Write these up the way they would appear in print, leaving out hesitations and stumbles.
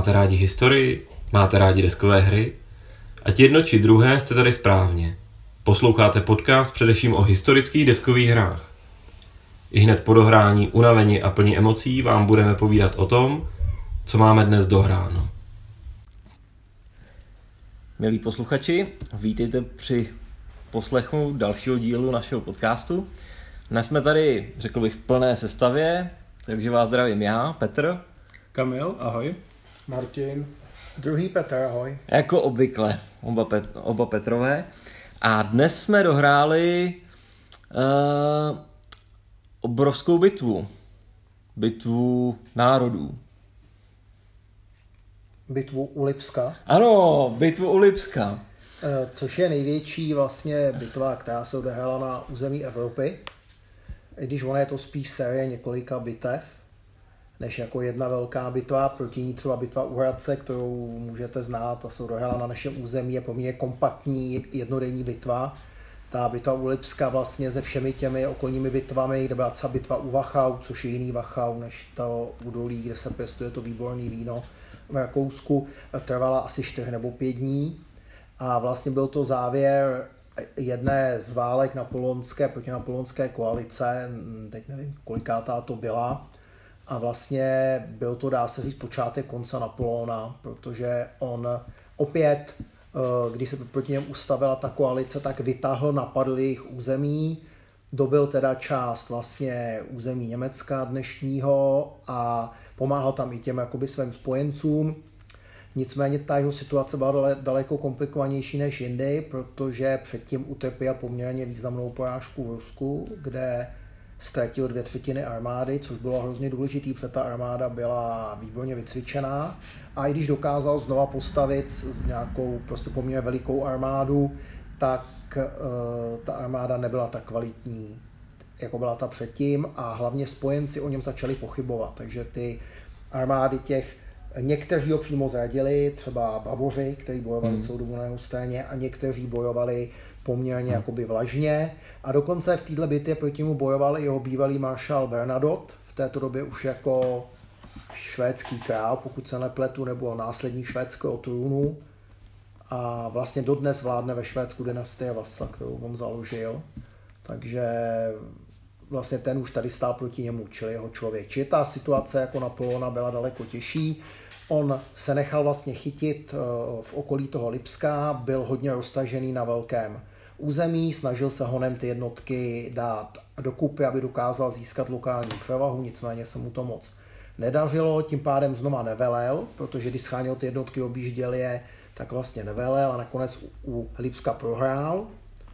Máte rádi historii? Máte rádi deskové hry? Ať jedno či druhé jste tady správně. Posloucháte podcast především o historických deskových hrách. I hned po dohrání, unavení a plní emocí vám budeme povídat o tom, co máme dnes dohráno. Milí posluchači, vítejte při poslechu dalšího dílu našeho podcastu. Dnes jsme tady, řekl bych, v plné sestavě, takže vás zdravím já, Petr. Kamil, ahoj. Martin, druhý Petr, ahoj. Jako obvykle, oba Petrové. A dnes jsme dohráli obrovskou bitvu. Bitvu národů. Bitvu u Lipska. Ano, bitvu u Lipska. Což je největší vlastně bitva, která se odehrála na území Evropy. I když ona je to spíš série několika bitev, než jako jedna velká bitva. Proti ní třeba bitva u Hradce, kterou můžete znát a se odehrála na našem území, je poměrně kompaktní jednodenní bitva. Ta bitva u Lipska vlastně se všemi těmi okolními bitvami, kde byla třeba bitva u Wachau, což je jiný Wachau než to údolí, kde se pěstuje to výborné víno v Rakousku, trvala asi 4 nebo 5 dní. A vlastně byl to závěr jedné z válek protinapoleonské koalice, teď nevím, kolikátá to byla. A vlastně byl to, dá se říct, počátek konce Napoleona, protože on opět, když se proti němu ustavila ta koalice, tak vytáhl, napadl jejich území, dobil teda část vlastně území Německa dnešního a pomáhal tam i těm jakoby svým spojencům. Nicméně ta jeho situace byla daleko komplikovanější než jindy, protože předtím utrpěl poměrně významnou porážku v Rusku, kde ztratil 2/3 armády, což bylo hrozně důležitý, protože ta armáda byla výborně vycvičená. A i když dokázal znova postavit nějakou prostě poměrně velikou armádu, tak ta armáda nebyla tak kvalitní, jako byla ta předtím, a hlavně spojenci o něm začali pochybovat. Takže ty armády někteří ho přímo zradili, třeba Bavoři, kteří bojovali celou dobu na jeho straně, a někteří bojovali poměrně jakoby vlažně. A dokonce v této bitvě proti němu bojoval i jeho bývalý maršál Bernadotte, v této době už jako švédský král, pokud se nepletu, nebo následník švédského trůnu. A vlastně dodnes vládne ve Švédsku dynastie Vasa, kterou on založil. Takže vlastně ten už tady stál proti němu, čili jeho člověk. Čili ta situace jako Napoleona byla daleko těžší. On se nechal vlastně chytit v okolí toho Lipska, byl hodně roztažený na velkém území, snažil se honem ty jednotky dát dokupy, aby dokázal získat lokální převahu, nicméně se mu to moc nedařilo, tím pádem znova nevelel, protože když scháněl ty jednotky, objížděl je, tak vlastně nevelel a nakonec u Lipska prohrál.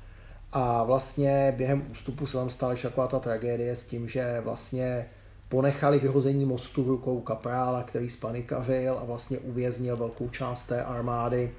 A vlastně během ústupu se tam stala ještě taková ta tragédie s tím, že vlastně ponechali vyhození mostu v rukou kaprála, který spanikařil a vlastně uvěznil velkou část té armády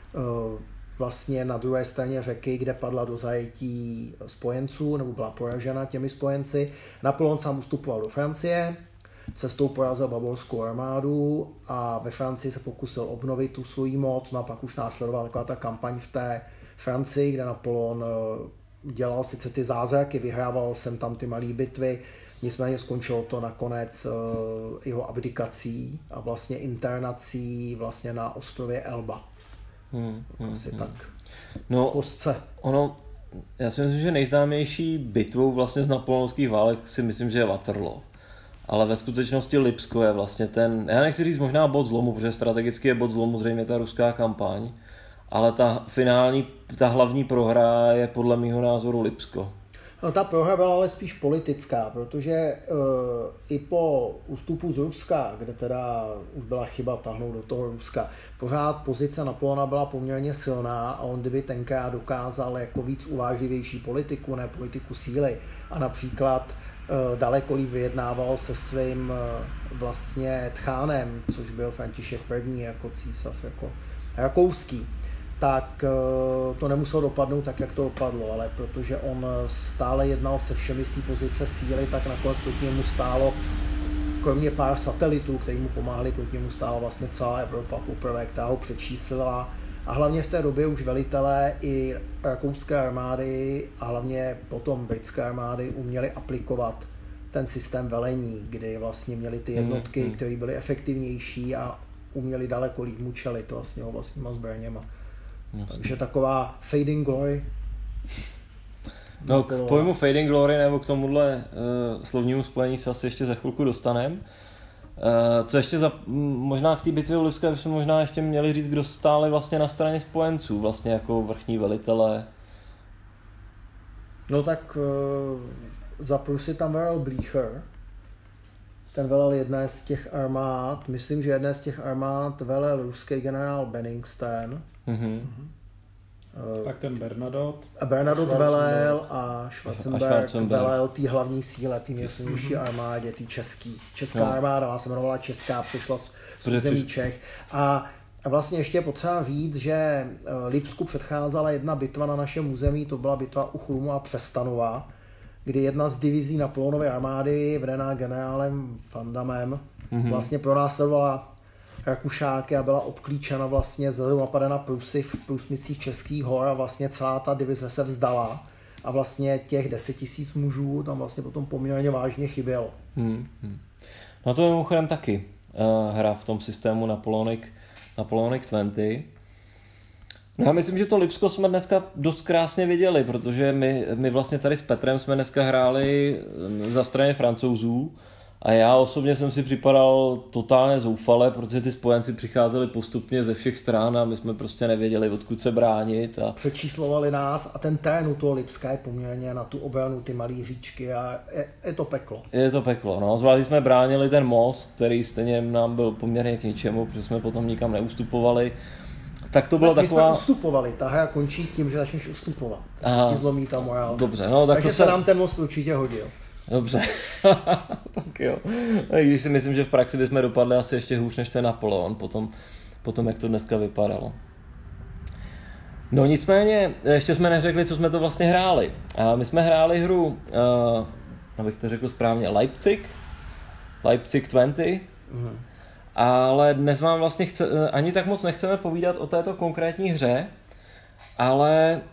vlastně na druhé straně řeky, kde padla do zajetí spojenců, nebo byla poražena těmi spojenci. Napoleon sám ustupoval do Francie, cestou porazil bavorskou armádu a ve Francii se pokusil obnovit tu svoji moc, no a pak už následovala taková ta kampaň v té Francii, kde Napoleon dělal sice ty zázraky, vyhrával sem tam ty malé bitvy, nicméně skončilo to nakonec jeho abdikací a vlastně internací vlastně na ostrově Elba. Asi tak. No, kostce. Já si myslím, že nejznámější bitvou vlastně z napoleonských válek si myslím, že je Waterloo. Ale ve skutečnosti Lipsko je vlastně ten, já nechci říct možná bod zlomu, protože strategicky je bod zlomu zřejmě ta ruská kampaň, ale ta hlavní prohra je podle mého názoru Lipsko. No, ta prohra byla ale spíš politická, protože i po ústupu z Ruska, kde teda už byla chyba tahnout do toho Ruska, pořád pozice Napoleona byla poměrně silná a on kdyby tenkrát dokázal jako víc uvážlivější politiku, ne politiku síly, a například daleko líp vyjednával se svým vlastně tchánem, což byl František I. jako císař, jako rakouský, tak to nemuselo dopadnout tak, jak to dopadlo, ale protože on stále jednal se všemi z té pozice síly, tak nakonec proti němu stálo, kromě pár satelitů, kteří mu pomáhali, proti němu stála vlastně celá Evropa poprvé, která ho přečíslila. A hlavně v té době už velitelé i rakouské armády a hlavně potom britské armády uměli aplikovat ten systém velení, kdy vlastně měli ty jednotky, které byly efektivnější a uměli daleko líp mu čelit vlastně vlastníma zbraněma. Takže taková fading glory. No, k pojmu fading glory nebo k tomuhle slovnímu spojení se asi ještě za chvilku dostaneme. Co ještě možná k té bitvě u Lipska bychom možná ještě měli říct, kdo stáli vlastně na straně spojenců, vlastně jako vrchní velitelé. No tak za Prusy tam velel Blücher. Ten velel jedné z těch armád, myslím, že jedné z těch armád velel ruský generál Benningsen. Tak ten Bernadotte. A Bernadotte velel a Schwarzenberg velel té hlavní síle, té nejsilnější armádě, té česká armáda, ona se jmenovala Česká, přišla z území Čech. A vlastně ještě je potřeba říct, že Lipsku předcházela jedna bitva na našem území, to byla bitva u Chlumu a Přestanova, kdy jedna z divizí Napoleonovy armády, vedená generálem Van Dammem, vlastně pronásledovala Rakušáky a byla obklíčena vlastně, napadena Prusy v průsmicích Českých hor a vlastně celá ta divize se vzdala a vlastně těch 10 000 mužů tam vlastně potom poměrně vážně chybělo. No to je mimochodem taky hra v tom systému Napoleonic 20. No já myslím, že to Lipsko jsme dneska dost krásně viděli, protože my vlastně tady s Petrem jsme dneska hráli za straně Francouzů a já osobně jsem si připadal totálně zoufale, protože ty spojenci přicházeli postupně ze všech stran a my jsme prostě nevěděli, odkud se bránit. A přečíslovali nás a ten terén u toho Lipska je poměrně na tu obranu ty malé říčky a je to peklo. Je to peklo, no. Zvlášť jsme bránili ten most, který stejně nám byl poměrně k ničemu, protože jsme potom nikam neustupovali. Tak to bylo tak taková... my jsme ustupovali, ta hra končí tím, že začneš ustupovat. Ti zlomí ta morál. Dobře, no tak takže to se nám ten most určitě hodil. Dobře, tak jo. I když si myslím, že v praxi bychom dopadli asi ještě hůř než ten Napoleon, potom jak to dneska vypadalo. No nicméně, ještě jsme neřekli, co jsme to vlastně hráli. A my jsme hráli hru, abych to řekl správně, Leipzig 20. Ale dnes vám vlastně ani tak moc nechceme povídat o této konkrétní hře, ale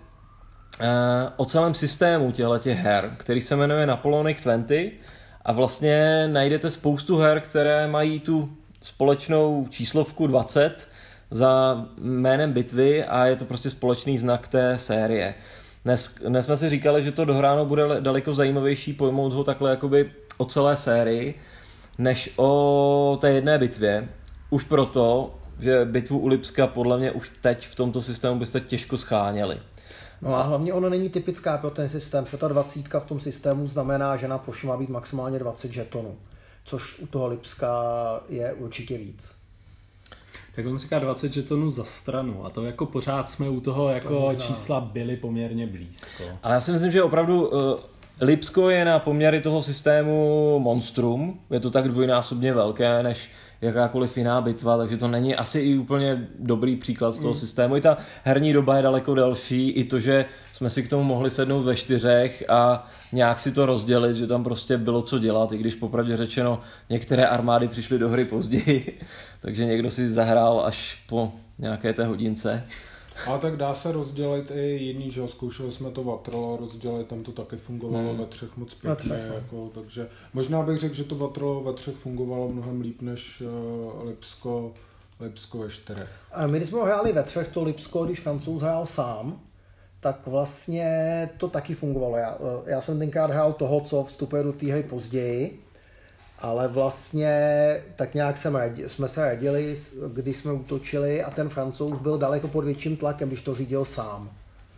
o celém systému těch her, který se jmenuje Napoleonic 20 a vlastně najdete spoustu her, které mají tu společnou číslovku 20 za jménem bitvy a je to prostě společný znak té série. Dnes jsme si říkali, že to dohráno bude daleko zajímavější pojmout ho takhle jakoby o celé sérii, než o té jedné bitvě. Už proto, že bitvu u Lipska podle mě už teď v tomto systému byste těžko scháněli. No a hlavně ono není typická pro ten systém, protože ta 20 v tom systému znamená, že na ploše má být maximálně 20 žetonů, což u toho Lipska je určitě víc. Tak on říká 20 žetonů za stranu a to jako pořád jsme u toho jako čísla byli poměrně blízko. Ale já si myslím, že opravdu Lipsko je na poměry toho systému monstrum, je to tak dvojnásobně velké než jakákoliv jiná bitva, takže to není asi i úplně dobrý příklad z toho systému. I ta herní doba je daleko delší, i to, že jsme si k tomu mohli sednout ve 4 a nějak si to rozdělit, že tam prostě bylo co dělat, i když popravdě řečeno některé armády přišly do hry později, takže někdo si zahrál až po nějaké té hodince. A tak dá se rozdělit i jiný, že jo, zkoušeli jsme to Waterloo rozdělit, tam to taky fungovalo ve 3 moc pěkně, jako, takže možná bych řekl, že to Waterloo ve 3 fungovalo mnohem líp než Lipsko ve 4. A my když jsme ho hráli ve 3, to Lipsko, když Francouz hrál sám, tak vlastně to taky fungovalo. Já jsem tenkrát hrál toho, co vstupuje do té hry později, ale vlastně tak nějak jsme se radili, když jsme útočili a ten Francouz byl daleko pod větším tlakem, když to řídil sám.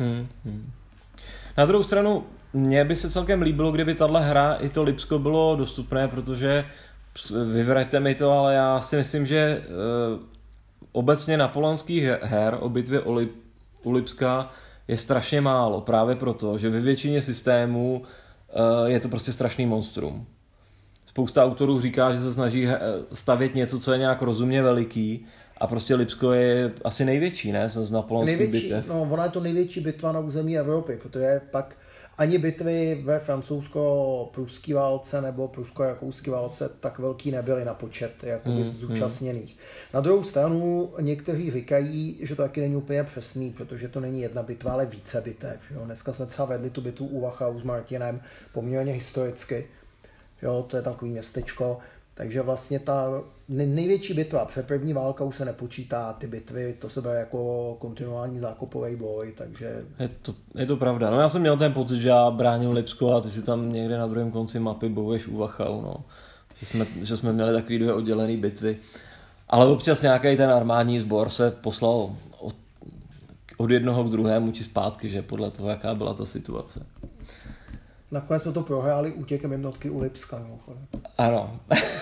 Na druhou stranu, mně by se celkem líbilo, kdyby tahle hra i to Lipsko bylo dostupné, protože vyvraťte mi to, ale já si myslím, že obecně napoleonských her o bitvě u Lipska je strašně málo, právě proto, že ve většině systémů je to prostě strašný monstrum. Spousta autorů říká, že se snaží stavět něco, co je nějak rozumně veliký a prostě Lipsko je asi největší, ne? Z napoleonských bitev. No, ona je to největší bitva na území Evropy, protože pak ani bitvy ve francouzsko-pruské válce nebo prusko-rakouské válce tak velký nebyly na počet jakoby zúčastněných. Na druhou stranu někteří říkají, že to taky není úplně přesný, protože to není jedna bitva, ale více bitev. Jo? Dneska jsme třeba vedli tu bitvu u Wachau s Martinem poměrně historicky. Jo, to je takový městečko. Takže vlastně ta největší bitva před první válka už se nepočítá, ty bitvy, to se bude jako kontinuální zákopový boj, takže... Je to pravda. No já jsem měl ten pocit, že já bránil Lipsko a ty si tam někde na druhém konci mapy bojuješ u Wachau, no. Že jsme měli takový 2 oddělené bitvy. Ale občas nějaký ten armádní sbor se poslal od jednoho k druhému či zpátky, že podle toho, jaká byla ta situace. Nakonec jsme to prohráli útěkem jednotky u Lipska. Ano.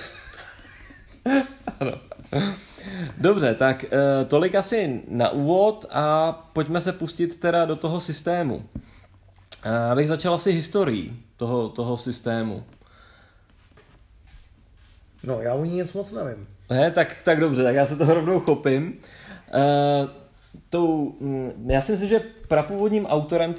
Ano. Dobře, tak tolik asi na úvod a pojďme se pustit teda do toho systému. Abych začal asi historií toho systému. No, já o ní nic moc nevím. Ne, tak dobře, tak já se toho rovnou chopím. Já si myslím, že prapůvodním autorem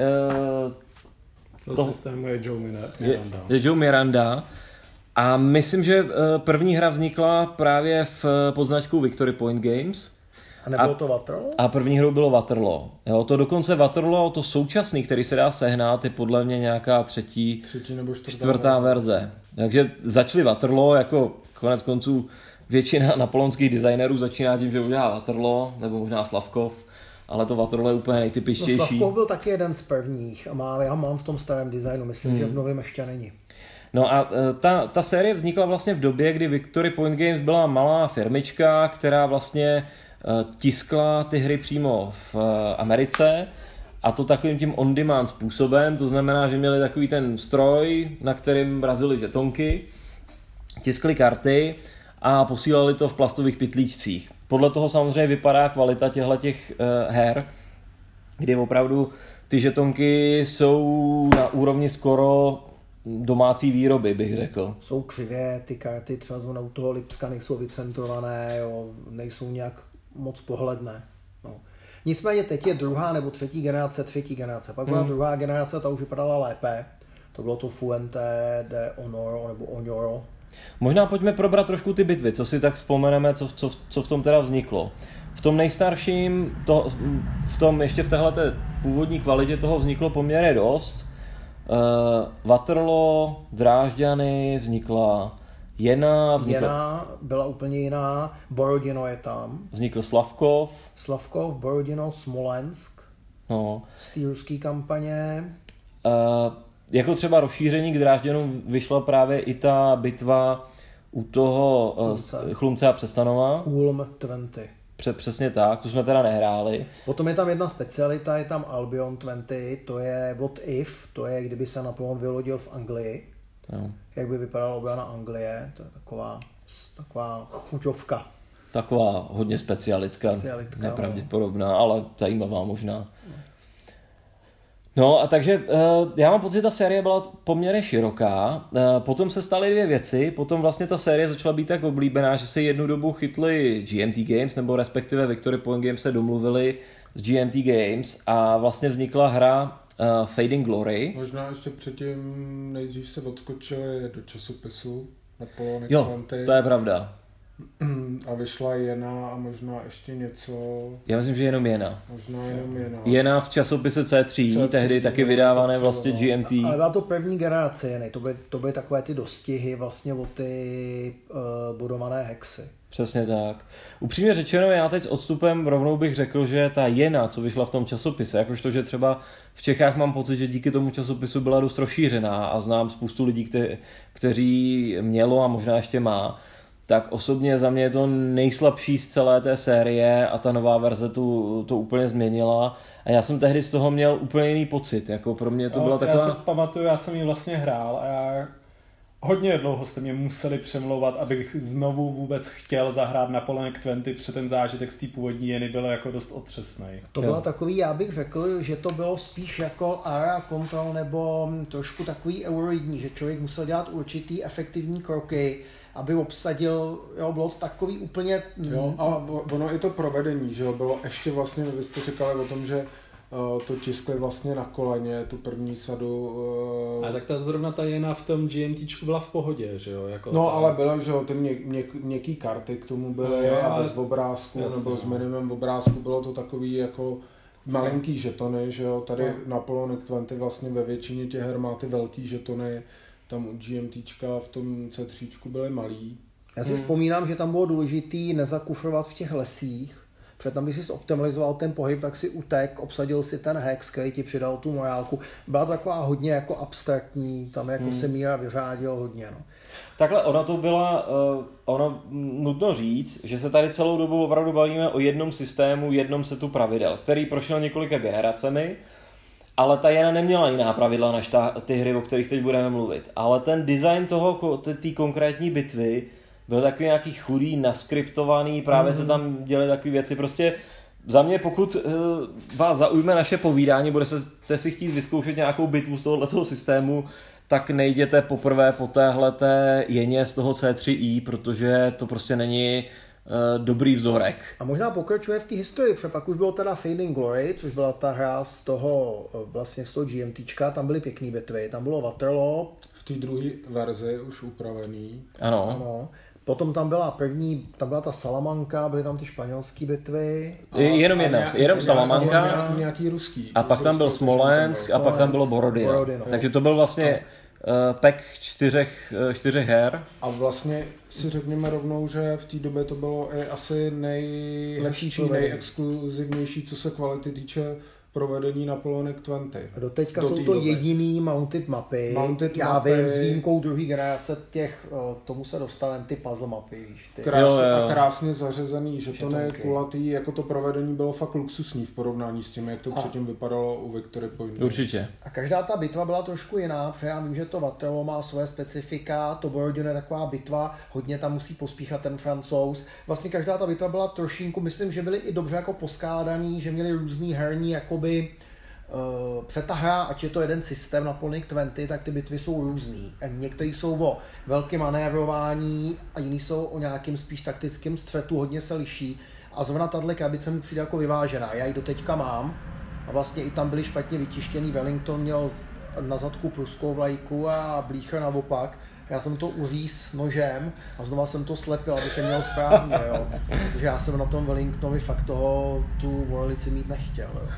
toho systému je Joe Miranda. Je Joe Miranda. A myslím, že první hra vznikla právě pod značkou Victory Point Games. A nebylo to Waterloo? A první hrou bylo Waterloo. Jo, to dokonce Waterloo, to současný, který se dá sehnat, je podle mě nějaká třetí nebo čtvrtá verze. Takže začali Waterloo, jako konec konců většina napoleonských designerů začíná tím, že udělá Waterloo, nebo možná Slavkov, ale to Waterloo je úplně nejtypičtější. No, Slavkov byl taky jeden z prvních a já mám v tom starém designu, myslím, že v novém ještě není. No a ta série vznikla vlastně v době, kdy Victory Point Games byla malá firmička, která vlastně tiskla ty hry přímo v Americe a to takovým tím on-demand způsobem, to znamená, že měli takový ten stroj, na kterým razili žetonky, tiskli karty a posílali to v plastových pytlíčcích. Podle toho samozřejmě vypadá kvalita těchto her, kdy opravdu ty žetonky jsou na úrovni skoro domácí výroby, bych řekl. Jsou křivě, ty karty třeba zrovna u toho Lipska nejsou vycentrované, jo, nejsou nějak moc pohledné. No. Nicméně teď je druhá nebo třetí generace. Pak byla druhá generace, ta už vypadala lépe. To bylo to Fuente de Honor nebo Oñoro. Možná pojďme probrat trošku ty bitvy, co si tak vzpomeneme, co v tom teda vzniklo. V tom nejstarším, ještě v téhleté původní kvalitě toho vzniklo poměrně dost. Waterloo, Drážďany, vznikla Jena. Jena byla úplně jiná, Borodino je tam. Vznikl Slavkov, Borodino, Smolensk, no. Z té ruské kampaně. Jako třeba rozšíření k Drážďanům vyšla právě i ta bitva u toho Chlumce a Přestanova. Ulm 20. Přesně tak, to jsme teda nehráli. Potom je tam jedna specialita, je tam Albion 20, to je What If, to je kdyby se Napoleon vylodil v Anglii. No. Jak by vypadala obrana Anglie, to je taková chuťovka. Taková hodně specialitka nepravděpodobná, no. Ale zajímavá možná. No a takže já mám pocit, že ta série byla poměrně široká, potom se staly 2 věci, potom vlastně ta série začala být tak oblíbená, že se jednu dobu chytli GMT Games, nebo respektive Victory Point Games se domluvili s GMT Games a vlastně vznikla hra Fading Glory. Možná ještě předtím nejdřív se odskočili do časopisu Napoleonic 20. To je pravda. A vyšla Jena a možná ještě něco... Já myslím, že jenom Jena. Možná jenom Jena. Jena v časopise C3 tehdy taky vydávané vlastně GMT. Ale byla to první generace Jeny, to byly takové ty dostihy vlastně o ty budované hexy. Přesně tak. Upřímně řečeno, já teď s odstupem rovnou bych řekl, že ta Jena, co vyšla v tom časopise, jakožto, že třeba v Čechách mám pocit, že díky tomu časopisu byla dost rozšířená a znám spoustu lidí, kteří mělo a možná ještě má, tak osobně za mě je to nejslabší z celé té série a ta nová verze to úplně změnila a já jsem tehdy z toho měl úplně jiný pocit, jako pro mě to byla taková... Já si pamatuju, já jsem ji vlastně hrál a já hodně dlouho jste mě museli přemlouvat, abych znovu vůbec chtěl zahrát Napoleonic 20, protože ten zážitek z té původní Jeny byl jako dost otřesnej. To bylo takový, já bych řekl, že to bylo spíš jako Area Control nebo trošku takový euroidní, že člověk musel dělat určitý efektivní kroky, aby obsadil, jo, bylo to takový úplně... Jo, a ono i to provedení, že jo, bylo ještě vlastně, vy jste říkali o tom, že to tiskli vlastně na koleně, tu první sadu. A tak zrovna ta Jena v tom GMTčku byla v pohodě, že jo? Jako no, ale bylo, že jo, ty měkký karty k tomu byly a bez obrázku, jasný, nebo s minimem obrázku, bylo to takový jako malinký žetony, že jo, tady Napoleonic 20 vlastně ve většině těch her má ty velký žetony, tam u GMTčka v tom C3 byly malý. Já si vzpomínám, že tam bylo důležitý nezakufrovat v těch lesích, protože tam, když jsi optimalizoval ten pohyb, tak si utek, obsadil si ten hex, který ti přidal tu morálku. Byla to taková hodně jako abstraktní, tam jako se míra vyřádil hodně. No. Takhle, ona to byla, nutno říct, že se tady celou dobu opravdu bavíme o jednom systému, jednom setu pravidel, který prošel několika generacemi, ale ta Jena neměla jiná pravidla než ty hry, o kterých teď budeme mluvit. Ale ten design té konkrétní bitvy byl takový nějaký chudý, naskriptovaný, právě se tam děly takové věci. Prostě za mě, pokud vás zaujme naše povídání, budete si chtít vyzkoušet nějakou bitvu z tohoto systému, tak nejděte poprvé po téhleté Jeně z toho C3i, protože to prostě není dobrý vzorek. A možná pokračuje v té historii, protože pak už bylo teda Fading Glory, což byla ta hra z toho GMTčka, tam byly pěkný bitvy, tam bylo Waterloo. V té druhé verzi už upravený. Ano. Potom tam byla ta Salamanca, byly tam ty španělské bitvy. Jenom Salamanca. Nějaký ruský. A pak tam byl Smolensk a pak tam bylo Borodino. Takže to byl vlastně pack čtyřech her. A vlastně si řekněme rovnou, že v té době to bylo i asi nejlepší, nejexkluzivnější, co se kvality týče provedení Napoleonic 20. A doteďka jsou to jediný mounted mapy. Já vím, s výjimkou druhé generace těch, k tomu se dostaneme, ty puzzle mapy, víš. A krásně zařezený, že to ne kulatý, jako to provedení bylo fakt luxusní v porovnání s tím, jak to předtím vypadalo u Victory Point. Určitě. A každá ta bitva byla trošku jiná, protože já vím, že to Waterloo má svoje specifika, to Borodino je taková bitva, hodně tam musí pospíchat ten Francouz. Vlastně každá ta bitva byla trošinku, myslím, že byly i dobře jako poskládaný, že měli různý herní jakoby před ta hra, ač je to jeden systém na Napoleonic 20, tak ty bitvy jsou různý. Některý jsou o velkém manévrování a jiný jsou o nějakým spíš taktickém střetu, hodně se liší. A zrovna tahle krabice mi přijde jako vyvážená. Já ji doteďka mám a vlastně i tam byly špatně vytištěný. Wellington měl na zadku pruskou vlajku a Blücher naopak. Já jsem to uříz nožem a znova jsem to slepil, abych je měl správně, jo. Protože já jsem na tom Wellingtonovi fakt tu vorlici mít nechtěl, jo.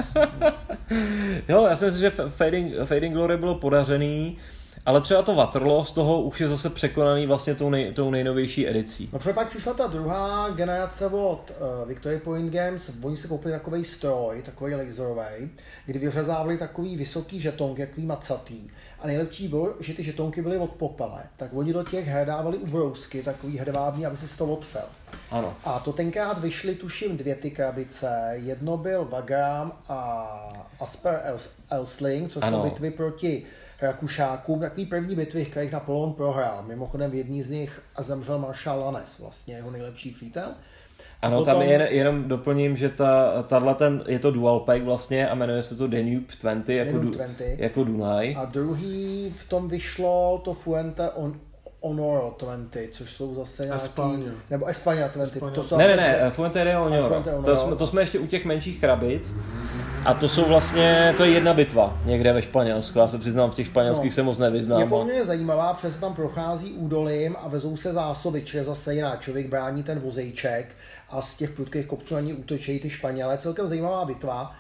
Jo, já si myslím, že Fading Glory bylo podařený, ale třeba to Waterloo z toho už je zase překonaný vlastně tou nejnovější edicí. No pak přišla ta druhá generace od Victory Point Games, oni si koupili takovej stroj, takový laserový, kdy vyřezávali takový vysoký žetonky, jaký macatý. A nejlepší bylo, že ty žetonky byly od popele, tak oni do těch her dávali ubrousky, takový hedvábný, aby si to otřel. Ano. A to tenkrát vyšly, tuším, 2 ty krabice. Jedno byl Wagram a Asper Elsling, což jsou bitvy proti Rakušákům, takový první bitvy, kterých Napoleon prohrál. Mimochodem v jedný z nich zemřel maršál Lannes, vlastně jeho nejlepší přítel. Ano, potom, tam jenom doplním, že je to dual pack vlastně a jmenuje se to Danube 20 jako Dunaj. A druhý v tom vyšlo to Fuente Honoro 20, což jsou zase nějaký... España. Nebo España 20. To jsou Fuente de Honoro. To jsme ještě u těch menších krabic. A to jsou vlastně, to je jedna bitva někde ve Španělsku. Já se přiznám, v těch španělských se moc nevyznám. Je poměrně zajímavá, protože se tam prochází údolím a vezou se zásoby, či je zase jiná. Člověk brání ten vozejček a z těch prudkých kopců na ní útočí ty Španělé. Celkem zajímavá bitva.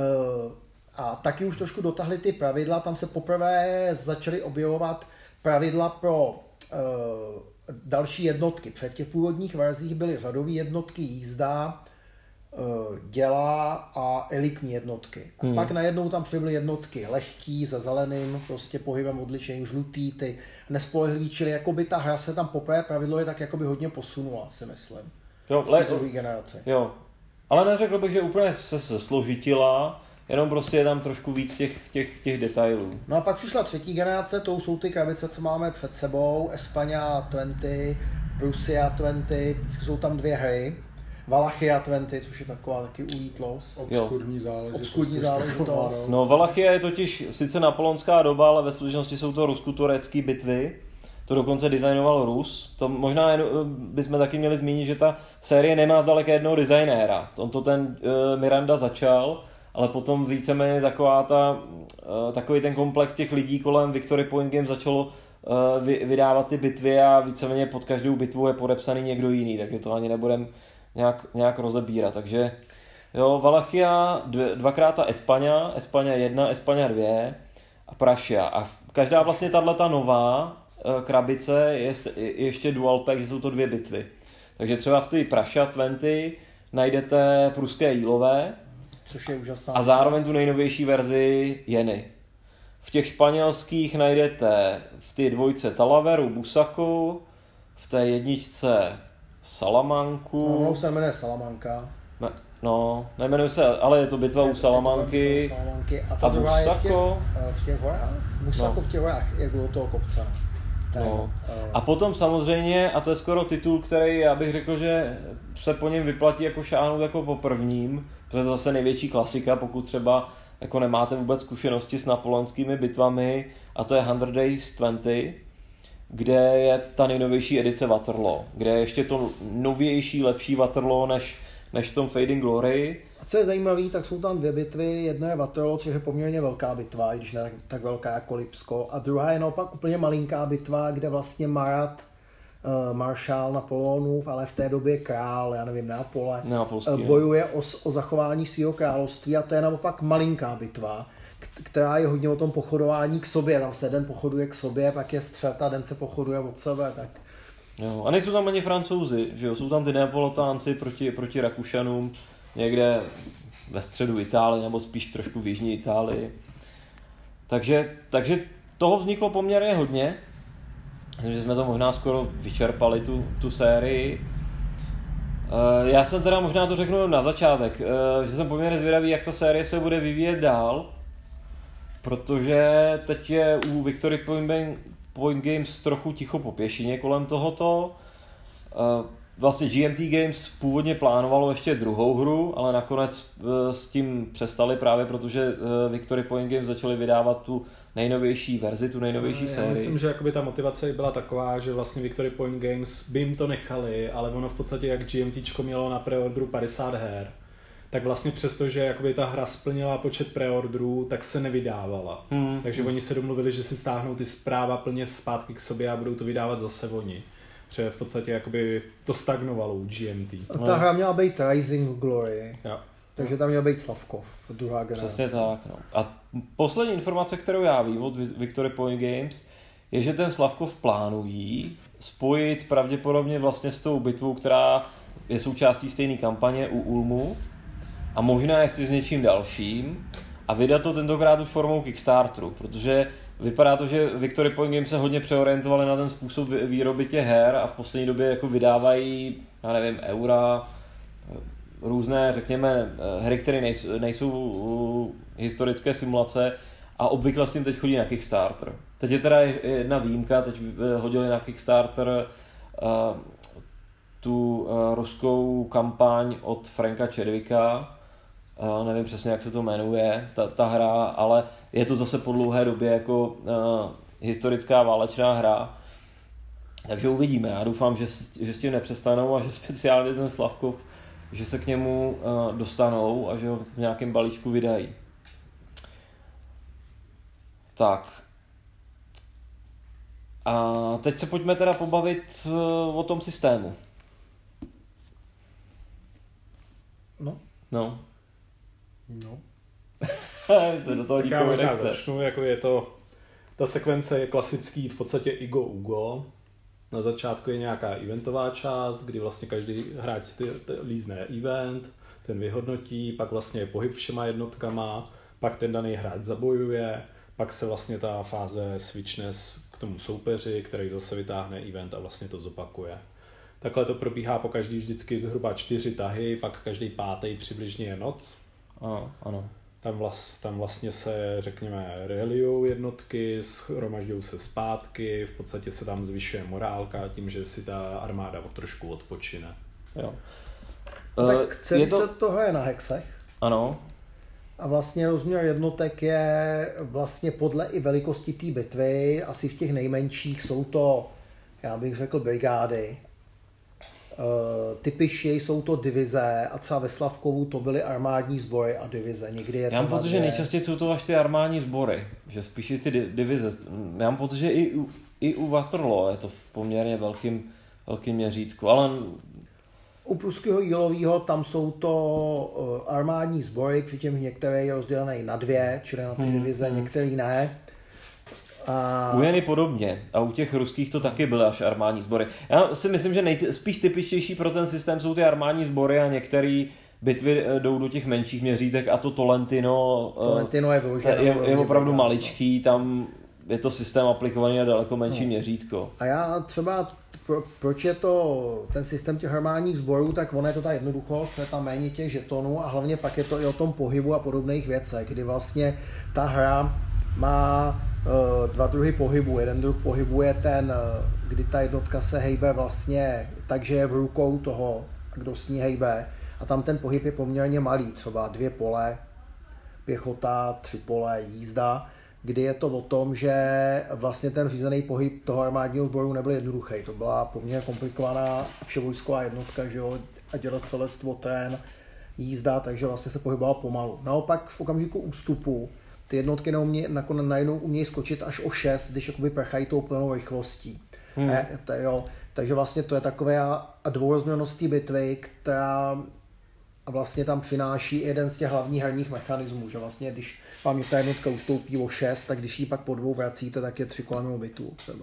A taky už trošku dotahli ty pravidla. Tam se poprvé začaly objevovat pravidla pro další jednotky. Protože v těch původních verzích byly řadové jednotky jízda, děla a elitní jednotky. A pak najednou tam přibyly jednotky lehký, za zeleným, prostě pohybem odlišeným, žlutý, ty nespolehlivý, čili jakoby ta hra se tam poprvé pravidlově tak jakoby hodně posunula, si myslím. Jo, v té druhé generaci. Jo, ale neřekl bych, že úplně se složitila, jenom prostě je tam trošku víc těch detailů. No a pak přišla třetí generace, to jsou ty krabice, co máme před sebou, España 20, Prussia 20, vždycky jsou tam 2 hry. Valachia 20, což je taková taky ulítlost. Obskurní záležitost. No, Valachia je totiž sice napoleonská doba, ale ve skutečnosti jsou to rusko-turecké bitvy. To dokonce designoval Rus. To možná bychom taky měli zmínit, že ta série nemá zdaleka jednoho designéra. On to ten Miranda začal, ale potom víceméně takový ten komplex těch lidí kolem Victory Point Games začalo vydávat ty bitvy a víceméně pod každou bitvu je podepsaný někdo jiný, takže to ani nebudem nějak rozebírat. Takže jo, Valachia, 2x ta España 1, España 2 a Prussia. A každá vlastně tato nová krabice je ještě dual pack, že jsou to 2 bitvy. Takže třeba v té Prussia 20 najdete pruské jílové, což je úžasná. A zároveň tu nejnovější verzi Jeny. V těch španělských najdete v té 2 Talaveru, Busaku, v té 1 Salamanku. No, se jmenuje Salamanka. Nejmenuje se, ale je to bitva u Salamanky. A ta druhá je v těch horách? Busako v těch horách, jak bylo toho kopce. A potom samozřejmě, a to je skoro titul, který já bych řekl, že se po něm vyplatí jako šáhnout jako po prvním, to je zase největší klasika, pokud třeba jako nemáte vůbec zkušenosti s napoleonskými bitvami, a to je 100 Days 20, kde je ta nejnovější edice Waterloo, kde je ještě to novější, lepší Waterloo než v tom Fading Glory. A co je zajímavé, tak jsou tam 2 bitvy, jedna je Waterloo, což je poměrně velká bitva, i když ne tak velká jako Lipsko, a druhá je naopak úplně malinká bitva, kde vlastně Marat, maršál Napoleonův, ale v té době král, já nevím, Neapole, bojuje o zachování svého království, a to je naopak malinká bitva, která je hodně o tom pochodování k sobě, tam se den pochoduje k sobě, pak je střet a den se pochoduje od sebe, tak... Jo, a nejsou tam ani Francouzi, že jo? Jsou tam ty Neapolitánci proti Rakušanům někde ve středu Itálie, nebo spíš trošku v jižní Itálii. Takže toho vzniklo poměrně hodně. Myslím, že jsme to možná skoro vyčerpali, tu sérii. Já jsem teda, možná to řeknu na začátek, že jsem poměrně zvědavý, jak ta série se bude vyvíjet dál, protože teď je u Victory Point Games trochu ticho po pěšině kolem tohoto. Vlastně GMT Games původně plánovalo ještě 2. hru, ale nakonec s tím přestali právě, protože Victory Point Games začali vydávat tu nejnovější verzi, tu nejnovější sérii. Já myslím, že jakoby ta motivace byla taková, že vlastně Victory Point Games by jim to nechali, ale ono v podstatě, jak GMTčko mělo na preorderu 50 her, tak vlastně přesto, že jakoby ta hra splnila počet preorderů, tak se nevydávala. Takže oni se domluvili, že si stáhnou ty zpráva plně zpátky k sobě a budou to vydávat zase oni. Protože v podstatě jakoby to stagnovalo u GMT. Ta hra měla být Rising Glory. Jo. Takže tam měl být Slavkov, druhá generace. Přesně tak. No. A poslední informace, kterou já vím od Victory Point Games, je, že ten Slavkov plánují spojit pravděpodobně vlastně s tou bitvou, která je součástí stejné kampaně u Ulmu, a možná ještě s něčím dalším, a vydat to tentokrát už formou Kickstarteru, protože vypadá to, že Victory Point Games se hodně přeorientovali na ten způsob výroby těch her a v poslední době jako vydávají, já nevím, eura, různé, řekněme, hry, které nejsou historické simulace, a obvykle s tím teď chodí na Kickstarter. Teď je teda jedna výjimka, teď hodili na Kickstarter tu ruskou kampaň od Franka Chadwicka, nevím přesně, jak se to jmenuje, ta hra, ale je to zase po dlouhé době jako historická válečná hra. Takže uvidíme. Já doufám, že s tím nepřestanou a že speciálně ten Slavkov, že se k němu dostanou a že ho v nějakém balíčku vydají. Tak. A teď se pojďme teda pobavit o tom systému. No. Se do toho já možná začnu, jako je to, ta sekvence je klasický v podstatě Igo Ugo. Na začátku je nějaká eventová část, kdy vlastně každý hráč si lízne event, ten vyhodnotí, pak vlastně je pohyb všema jednotkama, pak ten daný hráč zabojuje, pak se vlastně ta fáze switchne k tomu soupeři, který zase vytáhne event a vlastně to zopakuje. Takhle to probíhá po každý vždycky zhruba 4 tahy, pak každý 5. přibližně je noc. Ano. Tam vlastně se, řekněme, reliujou jednotky, shromažďují se zpátky, v podstatě se tam zvyšuje morálka tím, že si ta armáda trošku odpočine. Jo. Tak celý se to hraje na hexech. Ano. A vlastně rozměr jednotek je vlastně podle i velikosti té bitvy, asi v těch nejmenších jsou to, já bych řekl, brigády. Typičně jsou to divize a třeba ve Slavkovu to byly armádní sbory a divize. Někdy je to já mám pocit, že nejčastěji jsou to až ty armádní sbory, že spíš i ty divize. Já mám pocit, že i u Waterloo je to v poměrně velkým měřítku, ale... U pruského jílového tam jsou to armádní sbory, přičemž některé je rozdělené na 2, čili na ty divize, některé ne. U Jeny podobně a u těch ruských to taky byly až armádní sbory. Já si myslím, že spíš typičtější pro ten systém jsou ty armádní sbory a některé bitvy jdou do těch menších měřítek a to Tolentino je opravdu maličký, tam je to systém aplikovaný na daleko menší měřítko. A já třeba, proč je to ten systém těch armádních sborů, tak ono je to ta jednoduchost, je tam méně těch žetonů a hlavně pak je to i o tom pohybu a podobných věcech, kdy vlastně ta hra má dva druhy pohybu. Jeden druh pohybu je ten, kdy ta jednotka se hejbe vlastně takže je v rukou toho, kdo s ní hejbe. A tam ten pohyb je poměrně malý, třeba 2 pole, pěchota, 3 pole, jízda, kdy je to o tom, že vlastně ten řízený pohyb toho armádního sboru nebyl jednoduchý. To byla poměrně komplikovaná vševojsková jednotka, že jo, a dělostřelectvo, trén, jízda, takže vlastně se pohybovala pomalu. Naopak v okamžiku ústupu ty jednotky najednou umějí skočit až o 6, když jakoby prchají tou plnou rychlostí. Takže vlastně to je takové dvourozměrnost té bitvy, která vlastně tam přináší jeden z těch hlavních herních mechanismů, že vlastně když vám ta jednotka ustoupí o 6, tak když ji pak po 2 vracíte, tak je 3 kola mimo bitvu třeba.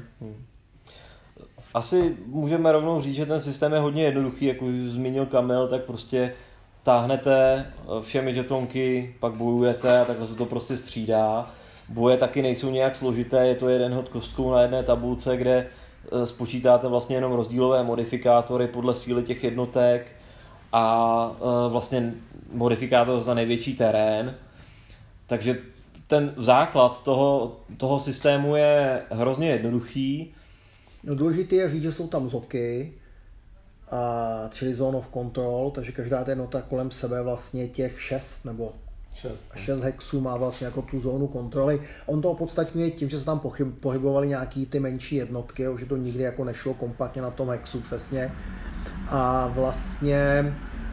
Asi můžeme rovnou říct, že ten systém je hodně jednoduchý, jak už zmínil Kamil, tak prostě táhnete všemi žetonky, pak bojujete a takhle se to prostě střídá. Boje taky nejsou nějak složité, je to jeden hod kostkou na jedné tabulce, kde spočítáte vlastně jenom rozdílové modifikátory podle síly těch jednotek a vlastně modifikátor za největší terén. Takže ten základ toho systému je hrozně jednoduchý. No, důležité je říct, že jsou tam zoky, čili zone of control, takže každá ta jednota kolem sebe vlastně těch 6 hexů má vlastně jako tu zónu kontroly. On to opodstatňuje tím, že se tam pohybovaly nějaký ty menší jednotky, že to nikdy jako nešlo kompaktně na tom hexu přesně. A vlastně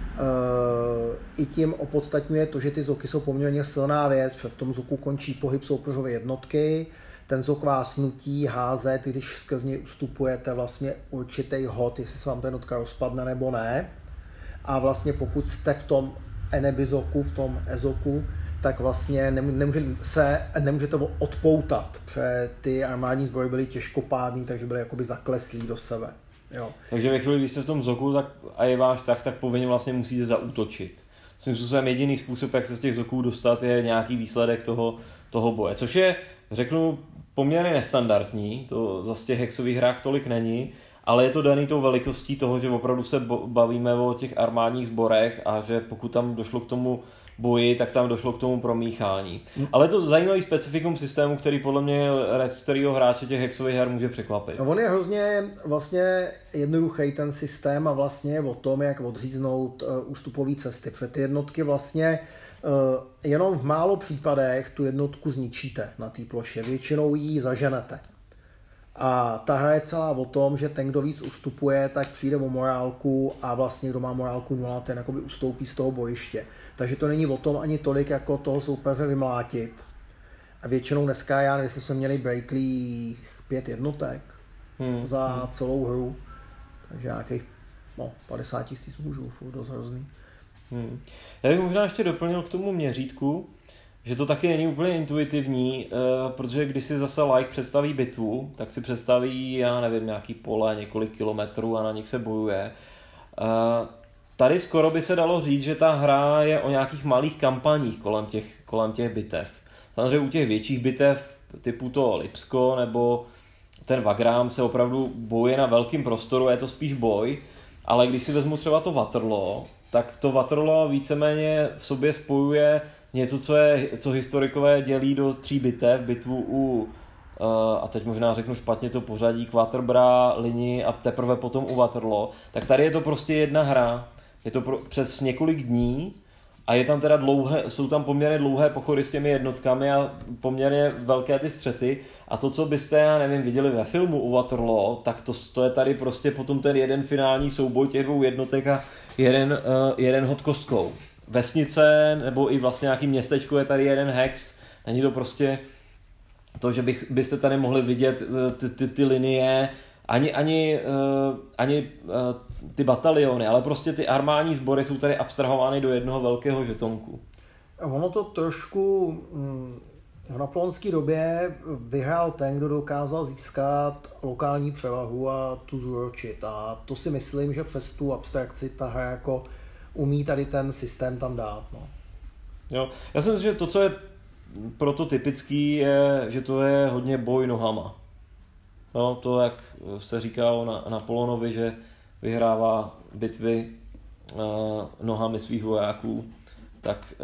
i tím opodstatňuje to, že ty zoky jsou poměrně silná věc, protože v tom zoku končí pohyb soupeřové jednotky, ten zok vás nutí házet, když skrz něj ustupujete vlastně určitý hod, jestli se vám ta jednotka rozpadne nebo ne. A vlastně pokud jste v tom enebizoku, v tom ezoku, tak vlastně nemůžete odpoutat, protože ty armádní sbory byly těžkopádný, takže byly jakoby zakleslí do sebe. Jo. Takže ve chvíli, když jste v tom zoku a je váš tak povinně vlastně musíte zaútočit. Svým způsobem jediný způsob, jak se z těch zoků dostat, je nějaký výsledek toho boje, což je, řeknu, poměrně nestandardní, to zase v těch hexových hrách tolik není, ale je to daný tou velikostí toho, že opravdu se bavíme o těch armádních sborech a že pokud tam došlo k tomu boji, tak tam došlo k tomu promíchání. Ale je to zajímavý specifikum systému, který podle mě kterýho hráče těch hexových her může překvapit. On je hrozně vlastně jednoduchý ten systém a vlastně o tom, jak odříznout ústupové cesty. Protože ty jednotky vlastně jenom v málo případech tu jednotku zničíte na té ploše. Většinou ji zaženete. A ta hra je celá o tom, že ten, kdo víc ustupuje, tak přijde o morálku a vlastně kdo má morálku 0, ten jakoby ustoupí z toho bojiště. Takže to není o tom ani tolik, jako toho soupeře vymlátit. A většinou dneska, já nevím, jestli jsme měli Breakley 5 jednotek za celou hru. Takže nějakých 50 000 mužů, furt dost hrozný. Já bych možná ještě doplnil k tomu měřítku, že to taky není úplně intuitivní, protože když si zase like představí bitvu, tak si představí, já nevím, nějaký pole, několik kilometrů a na nich se bojuje. Tady skoro by se dalo říct, že ta hra je o nějakých malých kampaních kolem těch bitev. Samozřejmě u těch větších bitev typu to Lipsko nebo ten Wagram se opravdu bojuje na velkém prostoru, je to spíš boj, ale když si vezmu třeba to Waterloo, tak to Waterloo víceméně v sobě spojuje něco, co historikové dělí do 3 bitev, bitvu a teď možná řeknu špatně to pořadí, Quarterbra, Ligny a teprve potom u Waterloo, tak tady je to prostě jedna hra, je to přes několik dní a je tam teda jsou tam poměrně dlouhé pochody s těmi jednotkami a poměrně velké ty střety a to, co byste, já nevím, viděli ve filmu u Waterloo, tak to je tady prostě potom ten jeden finální souboj těch 2 jednotek a jeden hod kostkou. Vesnice nebo i vlastně nějaký městečko je tady jeden hex, není to prostě to, že byste tady mohli vidět ty linie, ani ty bataliony, ale prostě ty armádní sbory jsou tady abstrahovány do jednoho velkého žetonku. Ono to trošku V napoleonské době vyhrál ten, kdo dokázal získat lokální převahu a tu zúročit. A to si myslím, že přes tu abstrakci ta hra jako umí tady ten systém tam dát. No. Jo, já si myslím, že to, co je proto typický, je, že to je hodně boj nohama. No, to, jak se říká o Napoleonovi, že vyhrává bitvy nohami svých vojáků, tak